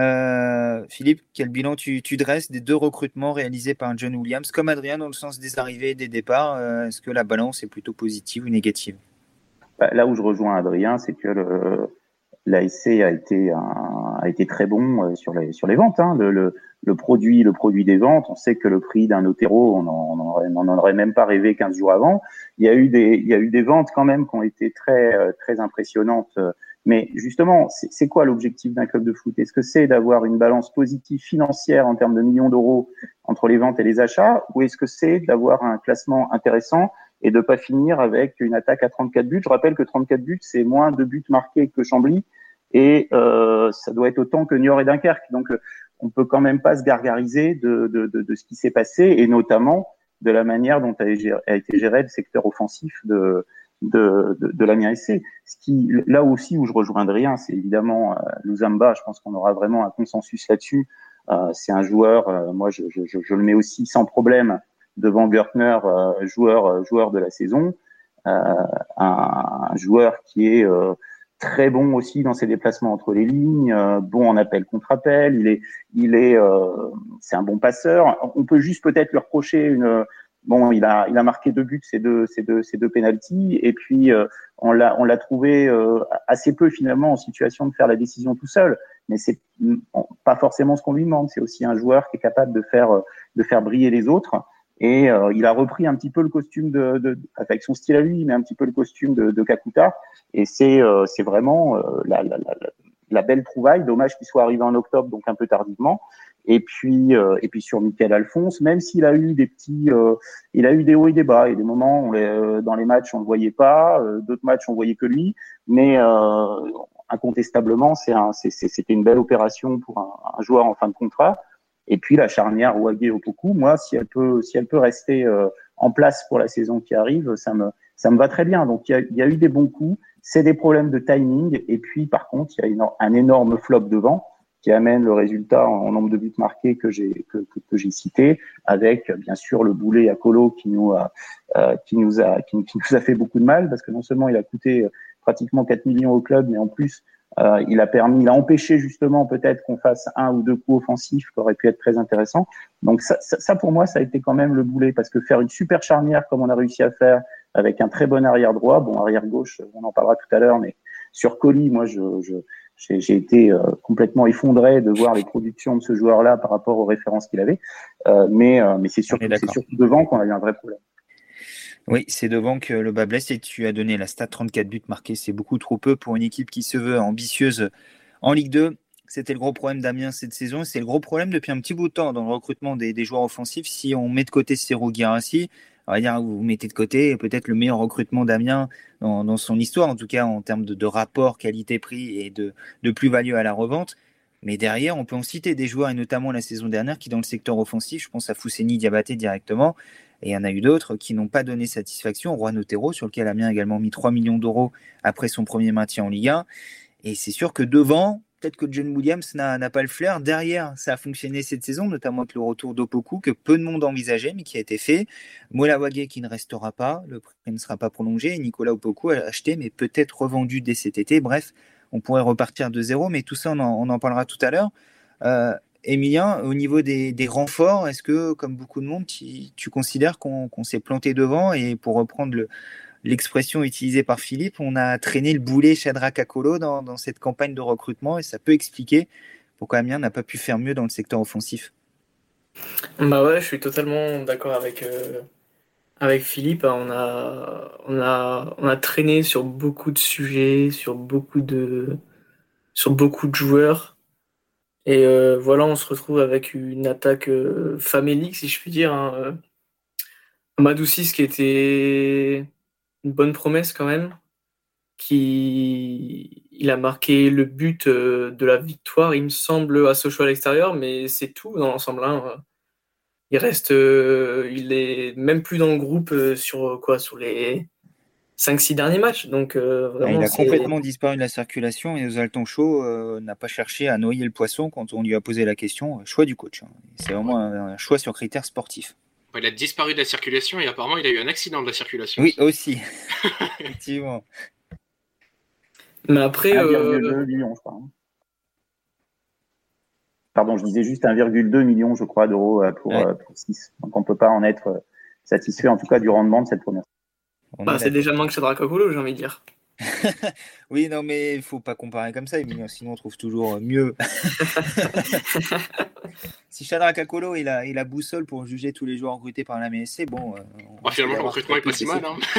Euh, Philippe, quel bilan tu, tu dresses des deux recrutements réalisés par John Williams, comme Adrien, dans le sens des arrivées et des départs? euh, Est-ce que la balance est plutôt positive ou négative?
Bah, là où je rejoins Adrien, c'est que le, l'A S C a été un, a été très bon sur les sur les ventes. Hein. Le, le, le produit le produit des ventes, on sait que le prix d'un Otero, on n'en aurait, on en aurait même pas rêvé quinze jours avant. Il y a eu des il y a eu des ventes quand même qui ont été très très impressionnantes. Mais justement, c'est, c'est quoi l'objectif d'un club de foot? Est-ce que c'est d'avoir une balance positive financière en termes de millions d'euros entre les ventes et les achats, ou est-ce que c'est d'avoir un classement intéressant et de pas finir avec une attaque à trente-quatre buts? Je rappelle que trente-quatre buts, c'est moins de buts marqués que Chambly, et euh, ça doit être autant que Niort et Dunkerque. Donc, on peut quand même pas se gargariser de, de, de, de ce qui s'est passé, et notamment de la manière dont a été géré le secteur offensif de de, de, de l'Amiens S C. Ce qui, là aussi où je rejoins Adrien, c'est évidemment euh, Lusamba. Je pense qu'on aura vraiment un consensus là-dessus. Euh, c'est un joueur, euh, moi je, je, je, je le mets aussi sans problème devant Gertner, euh, joueur joueur de la saison. Euh, un, un joueur qui est euh, très bon aussi dans ses déplacements entre les lignes, euh, bon en appel contre appel. Il est, il est, euh, c'est un bon passeur. On peut juste peut-être lui reprocher une Bon, il a, il a marqué deux buts, ces deux, ces deux, ces deux pénaltys, et puis euh, on l'a, on l'a trouvé euh, assez peu finalement en situation de faire la décision tout seul. Mais c'est pas forcément ce qu'on lui demande. C'est aussi un joueur qui est capable de faire, de faire briller les autres. Et euh, il a repris un petit peu le costume de, de, avec son style à lui, mais un petit peu le costume de, de Kakuta. Et c'est, euh, c'est vraiment euh, la, la, la, la belle trouvaille. Dommage qu'il soit arrivé en octobre, donc un peu tardivement. Et puis, euh, et puis sur Michael Alphonse, même s'il a eu des petits, euh, il a eu des hauts et des bas. Et des moments, on les, euh, dans les matchs, on le voyait pas. Euh, d'autres matchs, on voyait que lui. Mais euh, incontestablement, c'est un, c'est, c'est, c'était une belle opération pour un, un joueur en fin de contrat. Et puis la charnière Wagé-Opoku, moi, si elle peut, si elle peut rester euh, en place pour la saison qui arrive, ça me, ça me va très bien. Donc il y a, il y a eu des bons coups. C'est des problèmes de timing. Et puis par contre, il y a une, un énorme flop devant, qui amène le résultat en nombre de buts marqués que j'ai que, que, que j'ai cité, avec bien sûr le boulet à Colo qui nous a euh, qui nous a qui, qui nous a fait beaucoup de mal, parce que non seulement il a coûté pratiquement quatre millions au club, mais en plus euh, il a permis, il a empêché justement peut-être qu'on fasse un ou deux coups offensifs qui auraient pu être très intéressants. Donc ça, ça, ça pour moi ça a été quand même le boulet, parce que faire une super charnière comme on a réussi à faire avec un très bon arrière droit, bon arrière gauche on en parlera tout à l'heure, mais sur Colli, moi je, je j'ai, j'ai été euh, complètement effondré de voir les productions de ce joueur-là par rapport aux références qu'il avait. Euh, mais, euh, mais c'est surtout, c'est surtout devant qu'on a eu un vrai problème.
Oui, c'est devant que le bas blesse et tu as donné la stat trente-quatre buts marqués. C'est beaucoup trop peu pour une équipe qui se veut ambitieuse en Ligue deux. C'était le gros problème d'Amiens cette saison. C'est le gros problème depuis un petit bout de temps dans le recrutement des, des joueurs offensifs. Si on met de côté Serhou Guirassy, on va dire vous mettez de côté peut-être le meilleur recrutement d'Amiens dans, dans son histoire, en tout cas en termes de, de rapport qualité-prix et de, de plus-value à la revente. Mais derrière, on peut en citer des joueurs, et notamment la saison dernière, qui dans le secteur offensif, je pense à Fousseni Diabaté directement, et il y en a eu d'autres qui n'ont pas donné satisfaction. Juan Otero, sur lequel Amiens a également mis trois millions d'euros après son premier maintien en Ligue un. Et c'est sûr que devant, peut-être que John Williams n'a, n'a pas le flair. Derrière, ça a fonctionné cette saison, notamment avec le retour d'Opoku, que peu de monde envisageait, mais qui a été fait. Mola Wagué qui ne restera pas, le prix ne sera pas prolongé. Et Nicolas Opoku a acheté, mais peut-être revendu dès cet été. Bref, on pourrait repartir de zéro, mais tout ça, on en, on en parlera tout à l'heure. Euh, Emilien, au niveau des, des renforts, est-ce que, comme beaucoup de monde, tu, tu considères qu'on, qu'on s'est planté devant et pour reprendre le, l'expression utilisée par Philippe, on a traîné le boulet Shadrack Akolo dans, dans cette campagne de recrutement et ça peut expliquer pourquoi Amiens n'a pas pu faire mieux dans le secteur offensif.
Bah ouais, je suis totalement d'accord avec, euh, avec Philippe. On a, on, a, on a traîné sur beaucoup de sujets, sur beaucoup de, sur beaucoup de joueurs. Et euh, voilà, on se retrouve avec une attaque euh, famélique, si je puis dire. Hein. Amadou Ciss qui était une bonne promesse quand même, qui il a marqué le but euh, de la victoire, il me semble, à Sochaux à l'extérieur, mais c'est tout dans l'ensemble. Hein. Il reste, euh, il est même plus dans le groupe euh, sur quoi, sur les cinq six derniers matchs. Donc euh, vraiment,
il a
c'est...
complètement disparu de la circulation et Ozalton Show euh, n'a pas cherché à noyer le poisson quand on lui a posé la question. Choix du coach. Hein. C'est vraiment un, un choix sur critères sportifs.
Il a disparu de la circulation et apparemment il a eu un accident de la circulation.
Oui, aussi. Effectivement.
Mais après.
un virgule deux euh... millions, je crois. Pardon, je disais juste un virgule deux million, je crois, d'euros pour, ouais. pour six. Donc on ne peut pas en être satisfait, en tout cas, du rendement de cette première.
Bah, c'est déjà moins que Shadrack Akolo, j'ai envie de dire.
Oui, non, mais il ne faut pas comparer comme ça, Emilien, sinon on trouve toujours mieux. Si Shadrack Akolo est la, est la boussole pour juger tous les joueurs recrutés par la M S C, bon. Euh,
bah, finalement, le recrutement n'est pas si mal. Hein.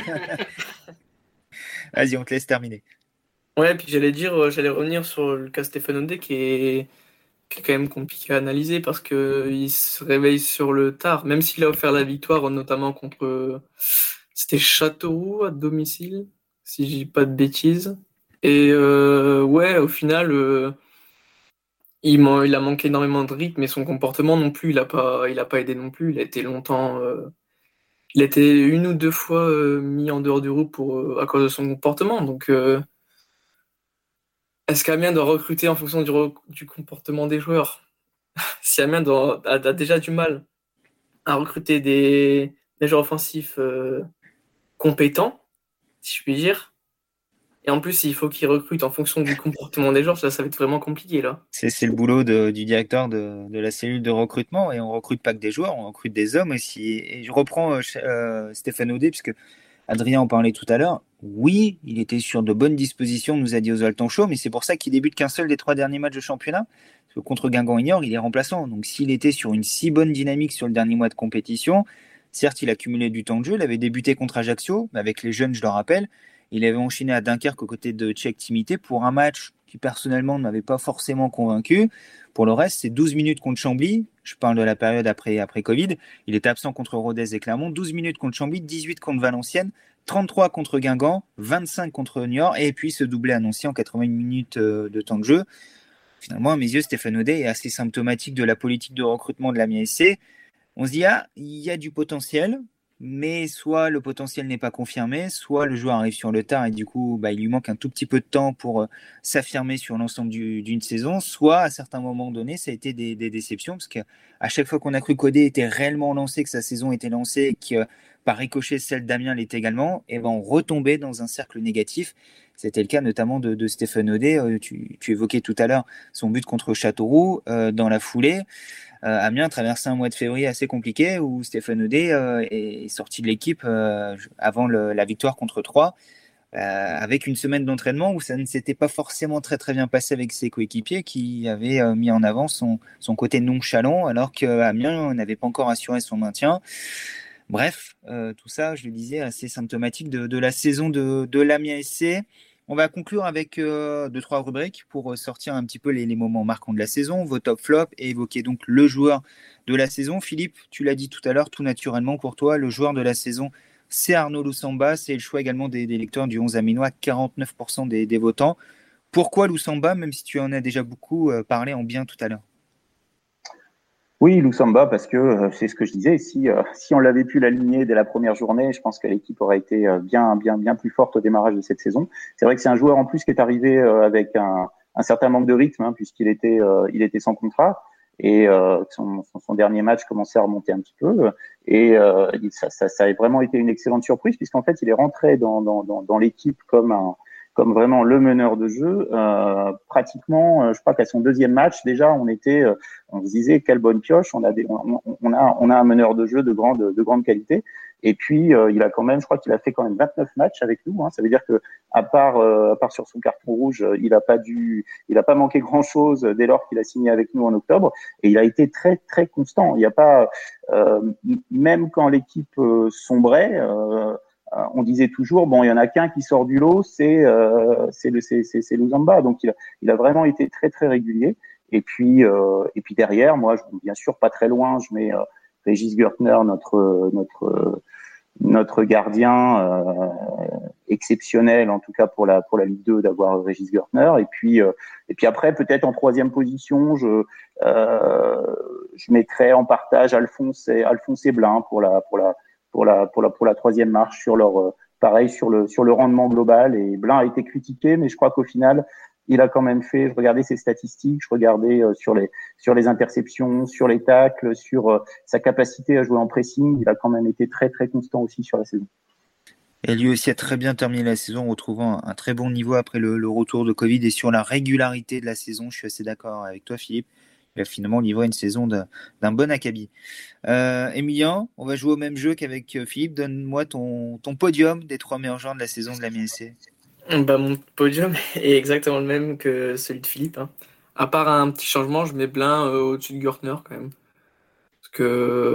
Vas-y, on te laisse terminer.
Ouais, puis j'allais dire, j'allais revenir sur le cas Stéphane Ondé qui est, qui est quand même compliqué à analyser parce qu'il se réveille sur le tard, même s'il a offert la victoire, notamment contre. C'était Châteauroux à domicile, si je dis pas de bêtises. Et euh, ouais, au final, euh, il, il a manqué énormément de rythme, mais son comportement non plus, il a pas, il a pas aidé non plus. Il a été longtemps, euh, il a été une ou deux fois euh, mis en dehors du groupe pour euh, à cause de son comportement. Donc, euh, est-ce qu'Amiens doit recruter en fonction du, du comportement des joueurs? Si Amiens doit, a, a déjà du mal à recruter des, des joueurs offensifs euh, compétents, si je puis dire. Et en plus, il faut qu'ils recrutent en fonction du comportement des joueurs, ça, ça va être vraiment compliqué là.
C'est, c'est le boulot de, du directeur de, de la cellule de recrutement et on recrute pas que des joueurs, on recrute des hommes aussi. Et je reprends euh, Stéphane Audé puisque Adrien en parlait tout à l'heure. Oui, il était sur de bonnes dispositions, nous a dit Ozalton Show, mais c'est pour ça qu'il débute qu'un seul des trois derniers matchs de championnat. Parce que contre Guingamp-Ignore, il est remplaçant. Donc s'il était sur une si bonne dynamique sur le dernier mois de compétition, certes, il a cumulé du temps de jeu, il avait débuté contre Ajaccio, avec les jeunes, je le rappelle. Il avait enchaîné à Dunkerque aux côtés de Tchèque Timité pour un match qui personnellement ne m'avait pas forcément convaincu. Pour le reste, c'est douze minutes contre Chambly. Je parle de la période après, après Covid. Il était absent contre Rodez et Clermont. douze minutes contre Chambly, dix-huit contre Valenciennes, trente-trois contre Guingamp, vingt-cinq contre Niort. Et puis ce doublé annoncé en quatre-vingts minutes de temps de jeu. Finalement, à mes yeux, Stéphane Audé est assez symptomatique de la politique de recrutement de l'Amiens S C. On se dit, ah, il y a du potentiel. Mais soit le potentiel n'est pas confirmé, soit le joueur arrive sur le tard et du coup, bah, il lui manque un tout petit peu de temps pour euh, s'affirmer sur l'ensemble du, d'une saison, soit à certains moments donnés, ça a été des, des déceptions, parce qu'à chaque fois qu'on a cru qu'Odé était réellement lancé, que sa saison était lancée, que euh, par ricochet celle d'Amiens l'était également, et ben on retombait dans un cercle négatif. C'était le cas notamment de, de Stéphane Audé. Euh, tu, tu évoquais tout à l'heure son but contre Châteauroux euh, dans la foulée. Euh, Amiens traversait un mois de février assez compliqué où Stéphane Audé euh, est sorti de l'équipe euh, avant le, la victoire contre Troyes. euh, avec une semaine d'entraînement où ça ne s'était pas forcément très très bien passé avec ses coéquipiers qui avaient euh, mis en avant son, son côté nonchalant alors qu'Amiens n'avait pas encore assuré son maintien. Bref, euh, tout ça, je le disais, assez symptomatique de, de la saison de, de l'Amiens S C. On va conclure avec euh, deux, trois rubriques pour sortir un petit peu les, les moments marquants de la saison, vos top flops et évoquer donc le joueur de la saison. Philippe, tu l'as dit tout à l'heure, tout naturellement pour toi, le joueur de la saison, c'est Arnaud Loussamba. C'est le choix également des, des lecteurs du onze Aminois, quarante-neuf pour cent des, des votants. Pourquoi Loussamba, même si tu en as déjà beaucoup euh, parlé en bien tout à l'heure?
Oui, Loussamba, parce que euh, c'est ce que je disais, si, euh, si on l'avait pu l'aligner dès la première journée, je pense que l'équipe aurait été euh, bien, bien, bien plus forte au démarrage de cette saison. C'est vrai que c'est un joueur en plus qui est arrivé euh, avec un, un certain manque de rythme, hein, puisqu'il était, euh, il était sans contrat et euh, son, son, son dernier match commençait à remonter un petit peu. Et euh, ça, ça, ça a vraiment été une excellente surprise, puisqu'en fait, il est rentré dans, dans, dans, dans l'équipe comme un comme vraiment le meneur de jeu. Euh, pratiquement, euh, je crois qu'à son deuxième match, déjà, on était, euh, on se disait quelle bonne pioche. On a, des, on, on a, on a un meneur de jeu de grande, de grande qualité. Et puis, euh, il a quand même, je crois qu'il a fait quand même vingt-neuf matchs avec nous. Hein. Ça veut dire que, à part, euh, à part sur son carton rouge, il a pas dû, il a pas manqué grand chose dès lors qu'il a signé avec nous en octobre. Et il a été très, très constant. Il n'y a pas, euh, même quand l'équipe euh, sombrait. Euh, on disait toujours bon, il y en a qu'un qui sort du lot, c'est euh, c'est le c'est c'est, c'est Loussamba. Donc il a, il a vraiment été très très régulier. Et puis euh, et puis derrière, moi, je, bien sûr pas très loin, je mets euh, Régis Gertner, notre notre notre gardien euh, exceptionnel, en tout cas pour la pour la Ligue deux, d'avoir Régis Gertner. Et puis euh, et puis après, peut-être en troisième position, je euh, je mettrais en partage Alphonse et Alphonse et Blin pour la pour la pour la pour la pour la troisième marche sur leur euh, pareil sur le sur le rendement global. Et Blin a été critiqué, mais je crois qu'au final il a quand même fait. Je regardais ses statistiques, je regardais euh, sur les sur les interceptions, sur les tacles, sur euh, sa capacité à jouer en pressing. Il a quand même été très très constant aussi sur la saison.
Et lui aussi a très bien terminé la saison en retrouvant un, un très bon niveau après le, le retour de Covid et sur la régularité de la saison. Je suis assez d'accord avec toi, Philippe. Il a finalement livré une saison de, d'un bon acabit. Euh, Emilien, on va jouer au même jeu qu'avec Philippe. Donne-moi ton, ton podium des trois meilleurs joueurs de la saison de la M S C.
Bah, mon podium est exactement le même que celui de Philippe. Hein. À part un petit changement, je mets Blin euh, au-dessus de Gertner quand même. Parce que,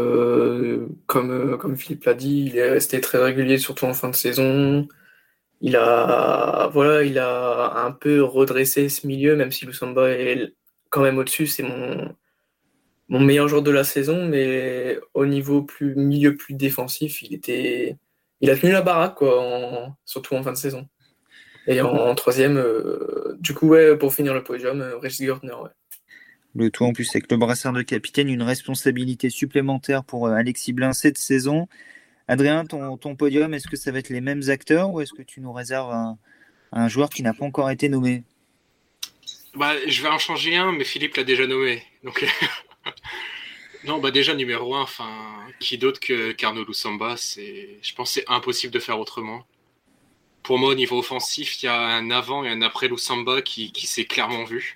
euh, comme, euh, comme Philippe l'a dit, il est resté très régulier, surtout en fin de saison. Il a, voilà, il a un peu redressé ce milieu, même si Loussamba est quand même au-dessus. C'est mon, mon meilleur joueur de la saison, mais au niveau plus milieu plus défensif, il était, il a tenu la baraque, quoi, en- surtout en fin de saison. Et en, en troisième, euh, du coup, ouais, pour finir le podium, euh, Régis Gertner, ouais.
Le tout en plus avec le brassard de capitaine, une responsabilité supplémentaire pour Alexis Blin cette saison. Adrien, ton, ton podium, est-ce que ça va être les mêmes acteurs ou est-ce que tu nous réserves un, un joueur qui n'a pas encore été nommé?
Bah, je vais en changer un, mais Philippe l'a déjà nommé. Donc, non, bah déjà numéro un. Enfin, qui d'autre que qu'Arnaud Loussamba, c'est, je pense, que c'est impossible de faire autrement. Pour moi, au niveau offensif, il y a un avant et un après Loussamba qui, qui s'est clairement vu.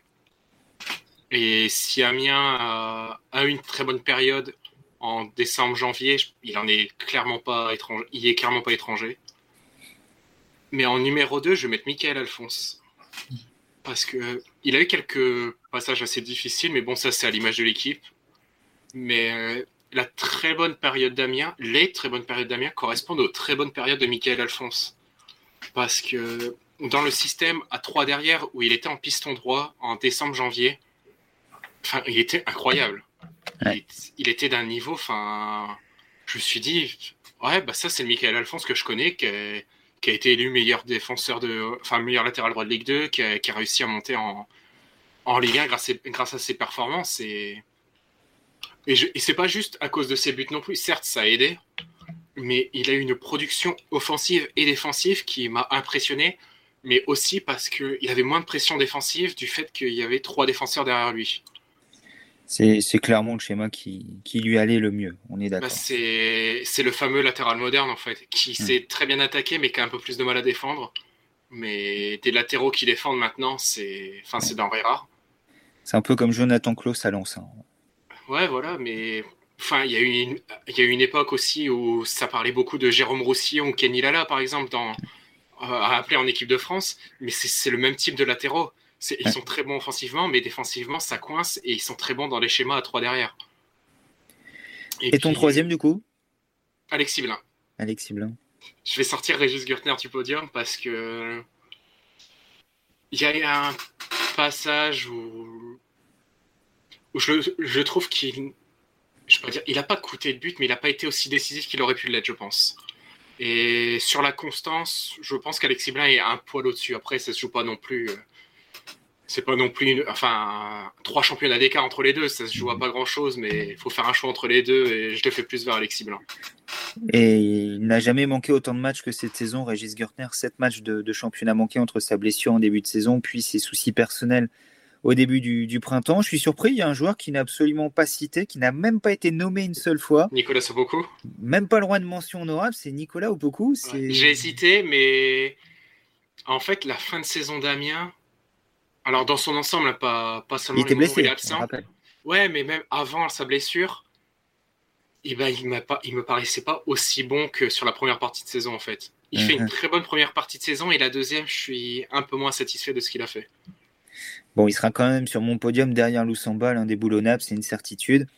Et si Amiens a, a une très bonne période en décembre-janvier, il en est clairement pas étranger. Il est clairement pas étranger. Mais en numéro deux, je vais mettre Michael Alphonse. Parce que il a eu quelques passages assez difficiles, mais bon, ça c'est à l'image de l'équipe. Mais euh, la très bonne période d'Amiens, les très bonnes périodes d'Amiens correspondent aux très bonnes périodes de Michael Alphonse. Parce que dans le système à trois derrière, où il était en piston droit en décembre-janvier, enfin, il était incroyable.
Ouais.
Il, il était d'un niveau, enfin, je me suis dit, ouais, bah ça c'est le Michael Alphonse que je connais, qui a, qui a été élu meilleur défenseur de, enfin meilleur latéral droit de Ligue deux, qui a, qui a réussi à monter en, en Ligue un grâce à, grâce à ses performances. Et, et, je, et c'est pas juste à cause de ses buts non plus. Certes, ça a aidé, mais il a eu une production offensive et défensive qui m'a impressionné, mais aussi parce qu'il avait moins de pression défensive du fait qu'il y avait trois défenseurs derrière lui.
C'est, c'est clairement le schéma qui, qui lui allait le mieux, on est d'accord.
Bah c'est, c'est le fameux latéral moderne en fait, qui mmh. sait très bien attaquer mais qui a un peu plus de mal à défendre. Mais des latéraux qui défendent maintenant, c'est, enfin, c'est denrée rare.
C'est un peu comme Jonathan Klaus à Lens. Hein.
Ouais, voilà, mais enfin, il y a eu une, il y a eu une époque aussi où ça parlait beaucoup de Jérôme Roussillon ou Kenny Lala par exemple dans à appeler en équipe de France, mais c'est, c'est le même type de latéraux. C'est, ils
Ouais.
sont très bons offensivement, mais défensivement, ça coince et ils sont très bons dans les schémas à trois derrière. Et,
Et ton
puis,
troisième, du coup?
Alexis Blin.
Alexis Blin.
Je vais sortir Régis Gürtner du podium parce que il y a un passage où, où je, je trouve qu'il, je peux pas dire, il n'a pas coûté de but, mais il n'a pas été aussi décisif qu'il aurait pu l'être, je pense. Et sur la constance, je pense qu'Alexis Blin est un poil au-dessus. Après, ça se joue pas non plus. euh, C'est pas non plus une, enfin trois championnats d'écart entre les deux, ça se joue à pas grand-chose, mais il faut faire un choix entre les deux et je le fais plus vers Alexis Blin.
Et il n'a jamais manqué autant de matchs que cette saison, Régis Gürtner. Sept matchs de, de championnat manqués entre sa blessure en début de saison, puis ses soucis personnels au début du, du printemps. Je suis surpris, il y a un joueur qui n'a absolument pas cité, qui n'a même pas été nommé une seule fois,
Nicolas Sopoku.
même pas le droit de mention honorable, c'est Nicolas Opoku. C'est...
Ouais, j'ai hésité, mais en fait, la fin de saison d'Amiens, alors dans son ensemble, pas, pas
Il
seulement
était
les moments où il est
blessé, on
absent,
rappelle.
ouais, mais même avant sa blessure, eh ben, il m'a pas, il me paraissait pas aussi bon que sur la première partie de saison en fait. Il fait une
Mhm.
très bonne première partie de saison et la deuxième, je suis un peu moins satisfait de ce qu'il a fait.
Bon, il sera quand même sur mon podium derrière Loussamba, l'indéboulonnable, c'est une certitude.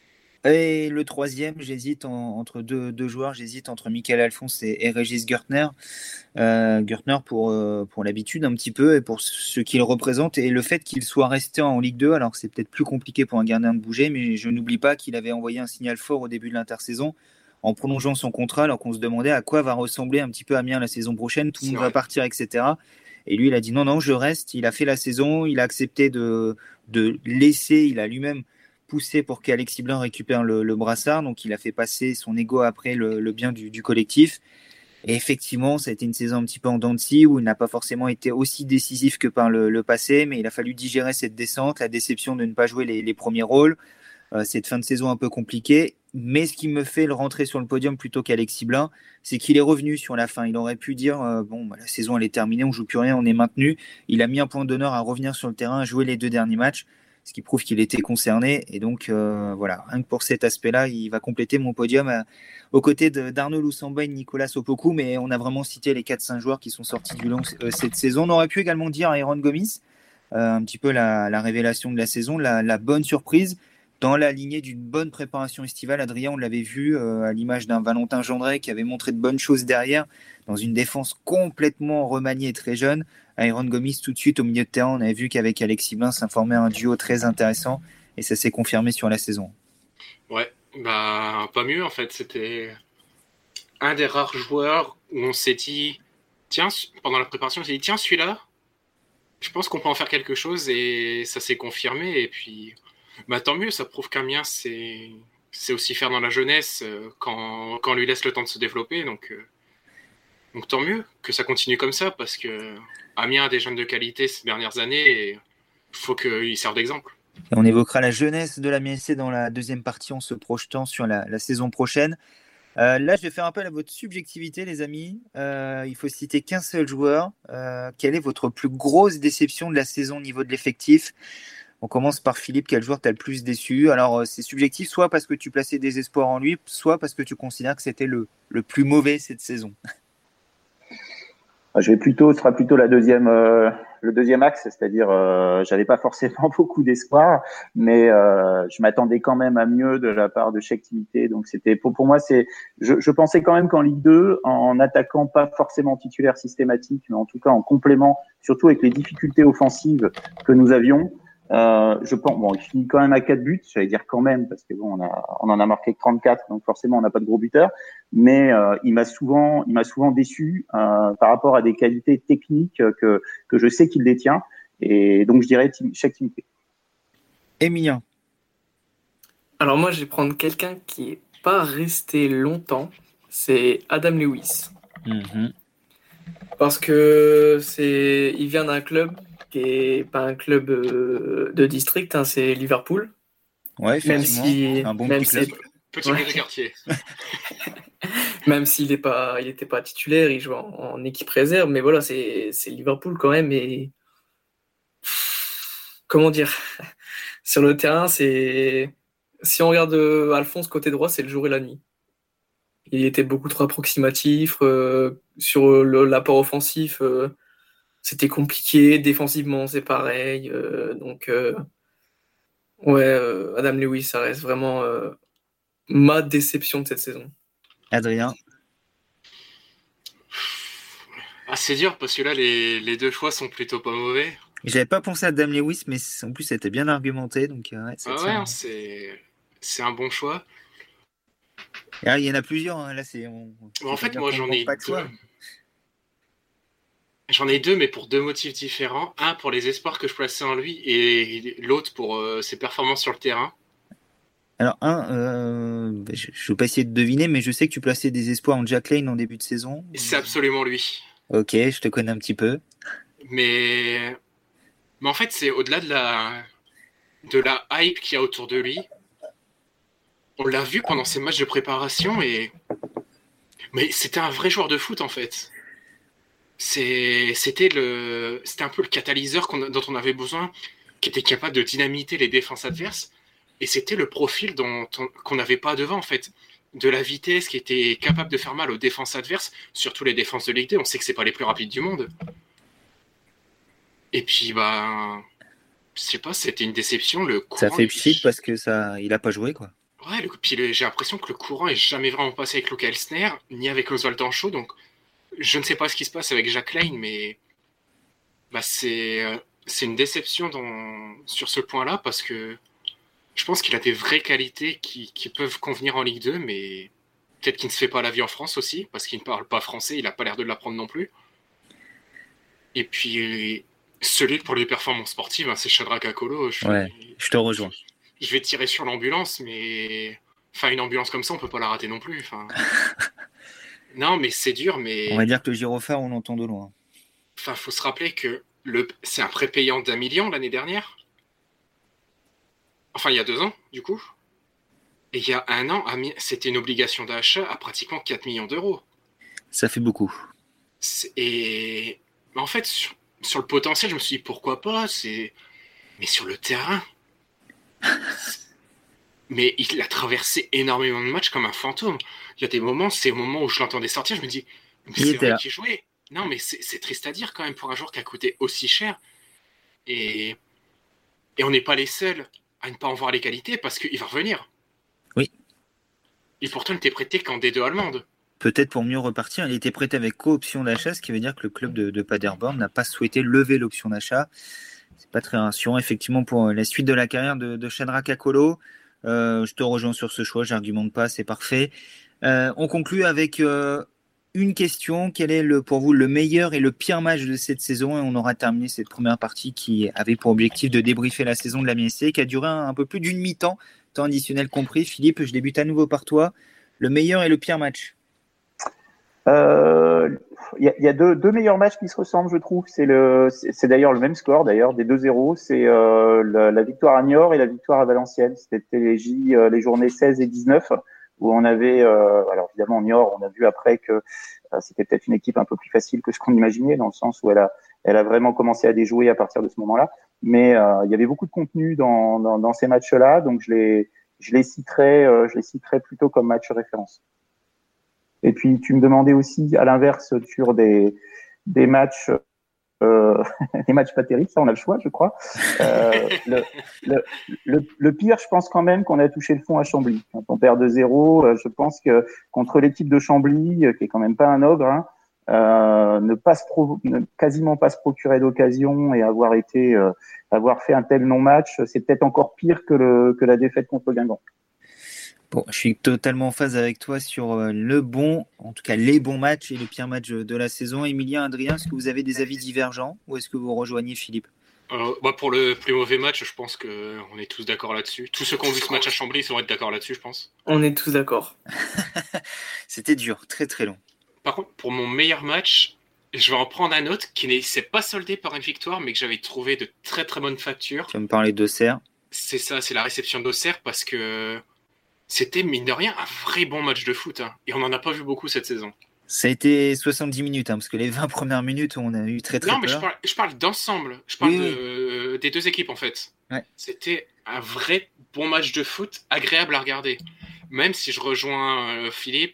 Et le troisième, j'hésite en- entre deux, deux joueurs, j'hésite entre Michael Alphonse et, et Régis Gürtner. Euh, Gürtner pour, euh, pour l'habitude un petit peu et pour ce qu'il représente et le fait qu'il soit resté en Ligue deux, alors que c'est peut-être plus compliqué pour un gardien de bouger, mais je n'oublie pas qu'il avait envoyé un signal fort au début de l'intersaison en prolongeant son contrat alors qu'on se demandait à quoi va ressembler un petit peu Amiens la saison prochaine, tout le
C'est
monde
vrai.
va partir, et cetera. Et lui, il a dit non, non, je reste, il a fait la saison, il a accepté de, de laisser, il a lui-même poussé pour qu'Alexis Blin récupère le, le brassard, donc il a fait passer son ego après le, le bien du, du collectif. Et effectivement, ça a été une saison un petit peu en dents de scie où il n'a pas forcément été aussi décisif que par le, le passé, mais il a fallu digérer cette descente, la déception de ne pas jouer les, les premiers rôles, euh, cette fin de saison un peu compliquée. Mais ce qui me fait le rentrer sur le podium plutôt qu'Alexis Blin, c'est qu'il est revenu sur la fin. Il aurait pu dire euh, bon, bah, la saison elle est terminée, on joue plus rien, on est maintenu. Il a mis un point d'honneur à revenir sur le terrain, à jouer les deux derniers matchs, ce qui prouve qu'il était concerné. Et donc euh, voilà, rien que pour cet aspect-là, il va compléter mon podium à, aux côtés de, d'Arnaud Loussamba et de Nicolas Sopoku. Mais on a vraiment cité les quatre cinq joueurs qui sont sortis du lot euh, cette saison. On aurait pu également dire Aaron Gomis, euh, un petit peu la, la révélation de la saison, la, la bonne surprise dans la lignée d'une bonne préparation estivale. Adrien, on l'avait vu euh, à l'image d'un Valentin Gendret qui avait montré de bonnes choses derrière, dans une défense complètement remaniée et très jeune. Aaron Gomis, tout de suite au milieu de terrain, on avait vu qu'avec Alexis Blin, ça formait un duo très intéressant et ça s'est confirmé sur la saison.
Ouais, bah pas mieux en fait. C'était un des rares joueurs où on s'est dit, tiens, pendant la préparation, on s'est dit, tiens, celui-là, je pense qu'on peut en faire quelque chose et ça s'est confirmé. Et puis, bah tant mieux, ça prouve qu'Amiens, c'est, c'est aussi faire dans la jeunesse euh, quand, quand on lui laisse le temps de se développer. Donc, euh, donc tant mieux que ça continue comme ça parce que Amiens a des jeunes de qualité ces dernières années et il faut qu'ils servent d'exemple.
Et on évoquera la jeunesse de la M S C dans la deuxième partie en se projetant sur la, la saison prochaine. Euh, là, je vais faire appel à votre subjectivité, les amis. Euh, il faut citer qu'un seul joueur. Euh, quelle est votre plus grosse déception de la saison au niveau de l'effectif ? On commence par Philippe. Quel joueur t'as le plus déçu ? Alors, euh, c'est subjectif, soit parce que tu plaçais des espoirs en lui, soit parce que tu considères que c'était le, le plus mauvais cette saison.
Je vais plutôt, ce sera plutôt la deuxième, euh, le deuxième axe, c'est-à-dire, euh, j'avais pas forcément beaucoup d'espoir, mais euh, je m'attendais quand même à mieux de la part de Chectivité. Donc c'était pour, pour moi, c'est, je, je pensais quand même qu'en Ligue deux, en attaquant pas forcément titulaire systématique, mais en tout cas en complément, surtout avec les difficultés offensives que nous avions. Euh, je pense, bon, il finit quand même à quatre buts, j'allais dire quand même, parce que bon, on a, on en a marqué que trente-quatre, donc forcément on n'a pas de gros buteurs, mais euh, il m'a souvent, il m'a souvent déçu euh, par rapport à des qualités techniques que que je sais qu'il détient, et donc je dirais chaque team.
Emilien.
Alors moi, je vais prendre quelqu'un qui est pas resté longtemps, c'est Adam Lewis.
Mm-hmm.
Parce que c'est, il vient d'un club qui est pas un club euh, de district, hein, c'est Liverpool.
Ouais, effectivement,
même si,
un bon
même
petit club.
si,
Petit
ouais.
club de quartier.
Même s'il est pas, il était pas titulaire, il joue en, en équipe réserve, mais voilà, c'est, c'est Liverpool quand même. Et comment dire, sur le terrain, c'est, si on regarde Alphonse côté droit, c'est le jour et la nuit. il était beaucoup trop approximatif. Euh, sur le, l'apport offensif, euh, c'était compliqué. Défensivement, c'est pareil. Euh, donc, euh, ouais, euh, Adam Lewis, ça reste vraiment euh, ma déception de cette saison.
Adrien.
Ah, c'est dur parce que là, les, les deux choix sont plutôt pas mauvais.
J'avais pas pensé à Adam Lewis, mais en plus, c'était bien argumenté. Donc, ouais, ça
Ah
tient.
ouais, hein, c'est, c'est un bon choix.
Ah, il y en a plusieurs. Hein. Là, c'est. On...
Mais en fait, moi, j'en ai
pas de
deux.
choix.
J'en ai deux, mais pour deux motifs différents. Un pour les espoirs que je plaçais en lui et l'autre pour euh, ses performances sur le terrain.
Alors, un, euh, je ne vais pas essayer de deviner, mais je sais que tu plaçais des espoirs en Jack Lane en début de saison.
Et c'est absolument lui.
Ok, je te connais un petit peu.
Mais, mais en fait, c'est au-delà de la, de la hype qu'il y a autour de lui. On l'a vu pendant ces matchs de préparation et. Mais c'était un vrai joueur de foot en fait. C'est, c'était, le, c'était un peu le catalyseur qu'on, dont on avait besoin, qui était capable de dynamiter les défenses adverses. Et c'était le profil dont on, qu'on n'avait pas devant en fait. De la vitesse qui était capable de faire mal aux défenses adverses, surtout les défenses de Ligue deux. On sait que c'est pas les plus rapides du monde. Et puis, bah. Je sais pas, c'était une déception. Le courant,
ça fait
il...
pchit parce que ça, il a pas joué quoi.
Ouais, le, puis le, j'ai l'impression que le courant est jamais vraiment passé avec Luca Elsner, ni avec Oswald Dancho, donc je ne sais pas ce qui se passe avec Jack Lane, mais bah, c'est, euh, c'est une déception dans, sur ce point-là, parce que je pense qu'il a des vraies qualités qui, qui peuvent convenir en Ligue deux, mais peut-être qu'il ne se fait pas la vie en France aussi, parce qu'il ne parle pas français, il n'a pas l'air de l'apprendre non plus. Et puis, celui pour les performances sportives, hein, c'est Shadrack Akolo. Je,
ouais, je te rejoins.
Je vais tirer sur l'ambulance, mais... Enfin, une ambulance comme ça, on peut pas la rater non plus. Enfin... non, mais c'est dur, mais...
On va dire que le gyrophare, on l'entend de loin.
Enfin, faut se rappeler que le... c'est un prépayant d'un million l'année dernière. Enfin, il y a deux ans, du coup. Et il y a un an, c'était une obligation d'achat à pratiquement quatre millions d'euros.
Ça fait beaucoup.
Et... En fait, sur... sur le potentiel, je me suis dit, pourquoi pas c'est... Mais sur le terrain... Mais il a traversé énormément de matchs comme un fantôme. Il y a des moments, c'est au moment où je l'entendais sortir, je me dis, mais
il
c'est vrai
là.
qu'il jouait. Non, mais c'est, c'est triste à dire quand même pour un joueur qui a coûté aussi cher. Et, et on n'est pas les seuls à ne pas en voir les qualités parce qu'il va revenir.
Oui.
Et pourtant, il était prêté qu'en D deux allemande.
Peut-être pour mieux repartir, il était prêté avec co-option d'achat, ce qui veut dire que le club de, de Paderborn n'a pas souhaité lever l'option d'achat. C'est pas très rassurant, effectivement, pour la suite de la carrière de, de Shadrack Akolo. Euh, je te rejoins sur ce choix, j'argumente pas, c'est parfait. Euh, on conclut avec euh, une question. Quel est le, pour vous le meilleur et le pire match de cette saison? Et on aura terminé cette première partie qui avait pour objectif de débriefer la saison de la M S C, qui a duré un, un peu plus d'une mi-temps, temps additionnel compris. Philippe, je débute à nouveau par toi. Le meilleur et le pire match?
Il euh, y, y a deux, deux meilleurs matchs qui se ressemblent, je trouve. C'est, le, c'est, c'est d'ailleurs le même score, d'ailleurs, des deux zéro. C'est euh, la, la victoire à Niort et la victoire à Valenciennes. C'était les, J, euh, les journées seize et dix-neuf, où on avait... Euh, alors évidemment, Niort, on a vu après que euh, c'était peut-être une équipe un peu plus facile que ce qu'on imaginait, dans le sens où elle a, elle a vraiment commencé à déjouer à partir de ce moment-là. Mais euh, il y avait beaucoup de contenu dans, dans, dans ces matchs-là, donc je les, je les citerai, euh, je les citerai plutôt comme match référence. Et puis, tu me demandais aussi, à l'inverse, sur des, des matchs, euh, des matchs pas terribles, ça, on a le choix, je crois. Euh, le, le, le, le pire, je pense quand même qu'on a touché le fond à Chambly. Quand on perd deux zéro, je pense que contre l'équipe de Chambly, qui est quand même pas un ogre, hein, euh, ne pas se pro, ne quasiment pas se procurer d'occasion et avoir été, euh, avoir fait un tel non-match, c'est peut-être encore pire que le, que la défaite contre Guingamp.
Bon, je suis totalement en phase avec toi sur le bon, en tout cas les bons matchs et le pire match de la saison. Emilien, Adrien, est-ce que vous avez des avis divergents ou est-ce que vous rejoignez Philippe?
euh, bah Pour le plus mauvais match, je pense qu'on est tous d'accord là-dessus. Tous ceux qui ont vu ce match à Chambly, ils vont être d'accord là-dessus, je pense.
On est tous d'accord.
C'était dur, très très long.
Par contre, pour mon meilleur match, je vais en prendre un autre qui ne s'est pas soldé par une victoire, mais que j'avais trouvé de très très bonne facture.
Tu vas me parler d'Auxerre.
C'est ça, c'est la réception d'Auxerre parce que c'était, mine de rien, un vrai bon match de foot. Hein. Et on n'en a pas vu beaucoup cette saison.
Ça a été soixante-dix minutes, hein, parce que les vingt premières minutes, on a eu très très
non,
peur.
Non, mais je parle, je parle d'ensemble. Je parle
oui,
de,
oui.
des deux équipes, en fait.
Ouais.
C'était un vrai bon match de foot, agréable à regarder. Même si je rejoins euh, Philippe,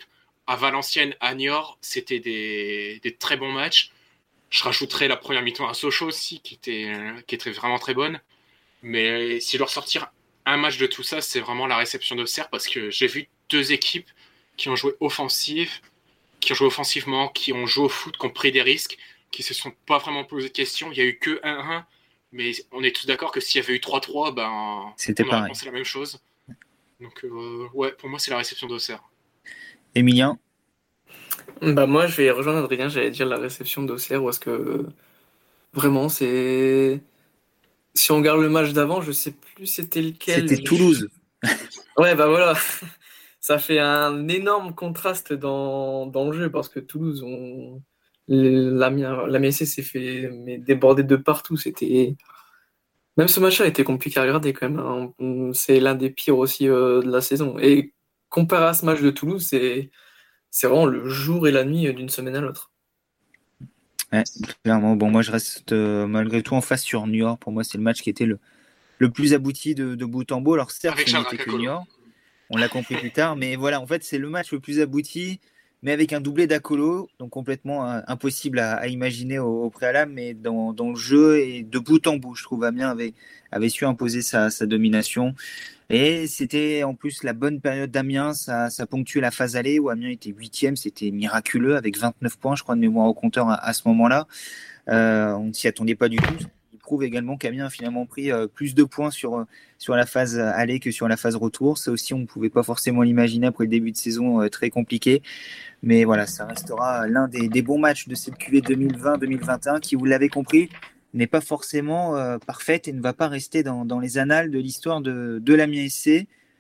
à Valenciennes, à Niort, c'était des, des très bons matchs. Je rajouterais la première mi-temps à Sochaux aussi, qui était, qui était vraiment très bonne. Mais si je dois ressortir un match de tout ça, c'est vraiment la réception d'Auxerre, parce que j'ai vu deux équipes qui ont joué offensive, qui ont joué offensivement, qui ont joué au foot, qui ont pris des risques, qui se sont pas vraiment posé de questions. Il y a eu que un un, mais on est tous d'accord que s'il y avait eu trois trois, ben,
C'était
on aurait
pareil.
pensé la même chose. Donc, euh, ouais, pour moi, c'est la réception d'Auxerre.
Emilien?
Bah moi, je vais rejoindre Adrien, j'allais dire la réception d'Auxerre, parce que vraiment, c'est... Si on regarde le match d'avant, je sais plus c'était lequel.
C'était Toulouse.
Ouais, bah voilà. Ça fait un énorme contraste dans, dans le jeu, parce que Toulouse, on... l'Amiens l'Amiens s'est fait mais déborder de partout. C'était... Même ce match-là était compliqué à regarder quand même, hein. C'est l'un des pires aussi euh, de la saison. Et comparé à ce match de Toulouse, c'est, c'est vraiment le jour et la nuit d'une semaine à l'autre.
Ouais, clairement. Bon, moi, je reste euh, malgré tout en face sur Niort. Pour moi, c'est le match qui était le, le plus abouti de, de bout en bout. Alors, certes,
Avec
ce
Charles
n'était que
Rakakolo.
Niort. On l'a compris plus tard. Mais voilà, en fait, c'est le match le plus abouti, mais avec un doublé d'Akolo. Donc, complètement euh, impossible à, à imaginer au, au préalable. Mais dans, dans le jeu et de bout en bout, je trouve, Amiens avait, avait su imposer sa, sa domination. Et c'était en plus la bonne période d'Amiens, ça, ça ponctuait la phase allée où Amiens était huitième, c'était miraculeux avec vingt-neuf points, je crois, de mémoire au compteur à, à ce moment-là. Euh, on ne s'y attendait pas du tout. Il prouve également qu'Amiens a finalement pris euh, plus de points sur, sur la phase allée que sur la phase retour. Ça aussi, on ne pouvait pas forcément l'imaginer après le début de saison euh, très compliqué. Mais voilà, ça restera l'un des, des bons matchs de cette Q V deux mille vingt deux mille vingt et un qui, vous l'avez compris, n'est pas forcément euh, parfaite et ne va pas rester dans, dans les annales de l'histoire de, de l'Amiens S C.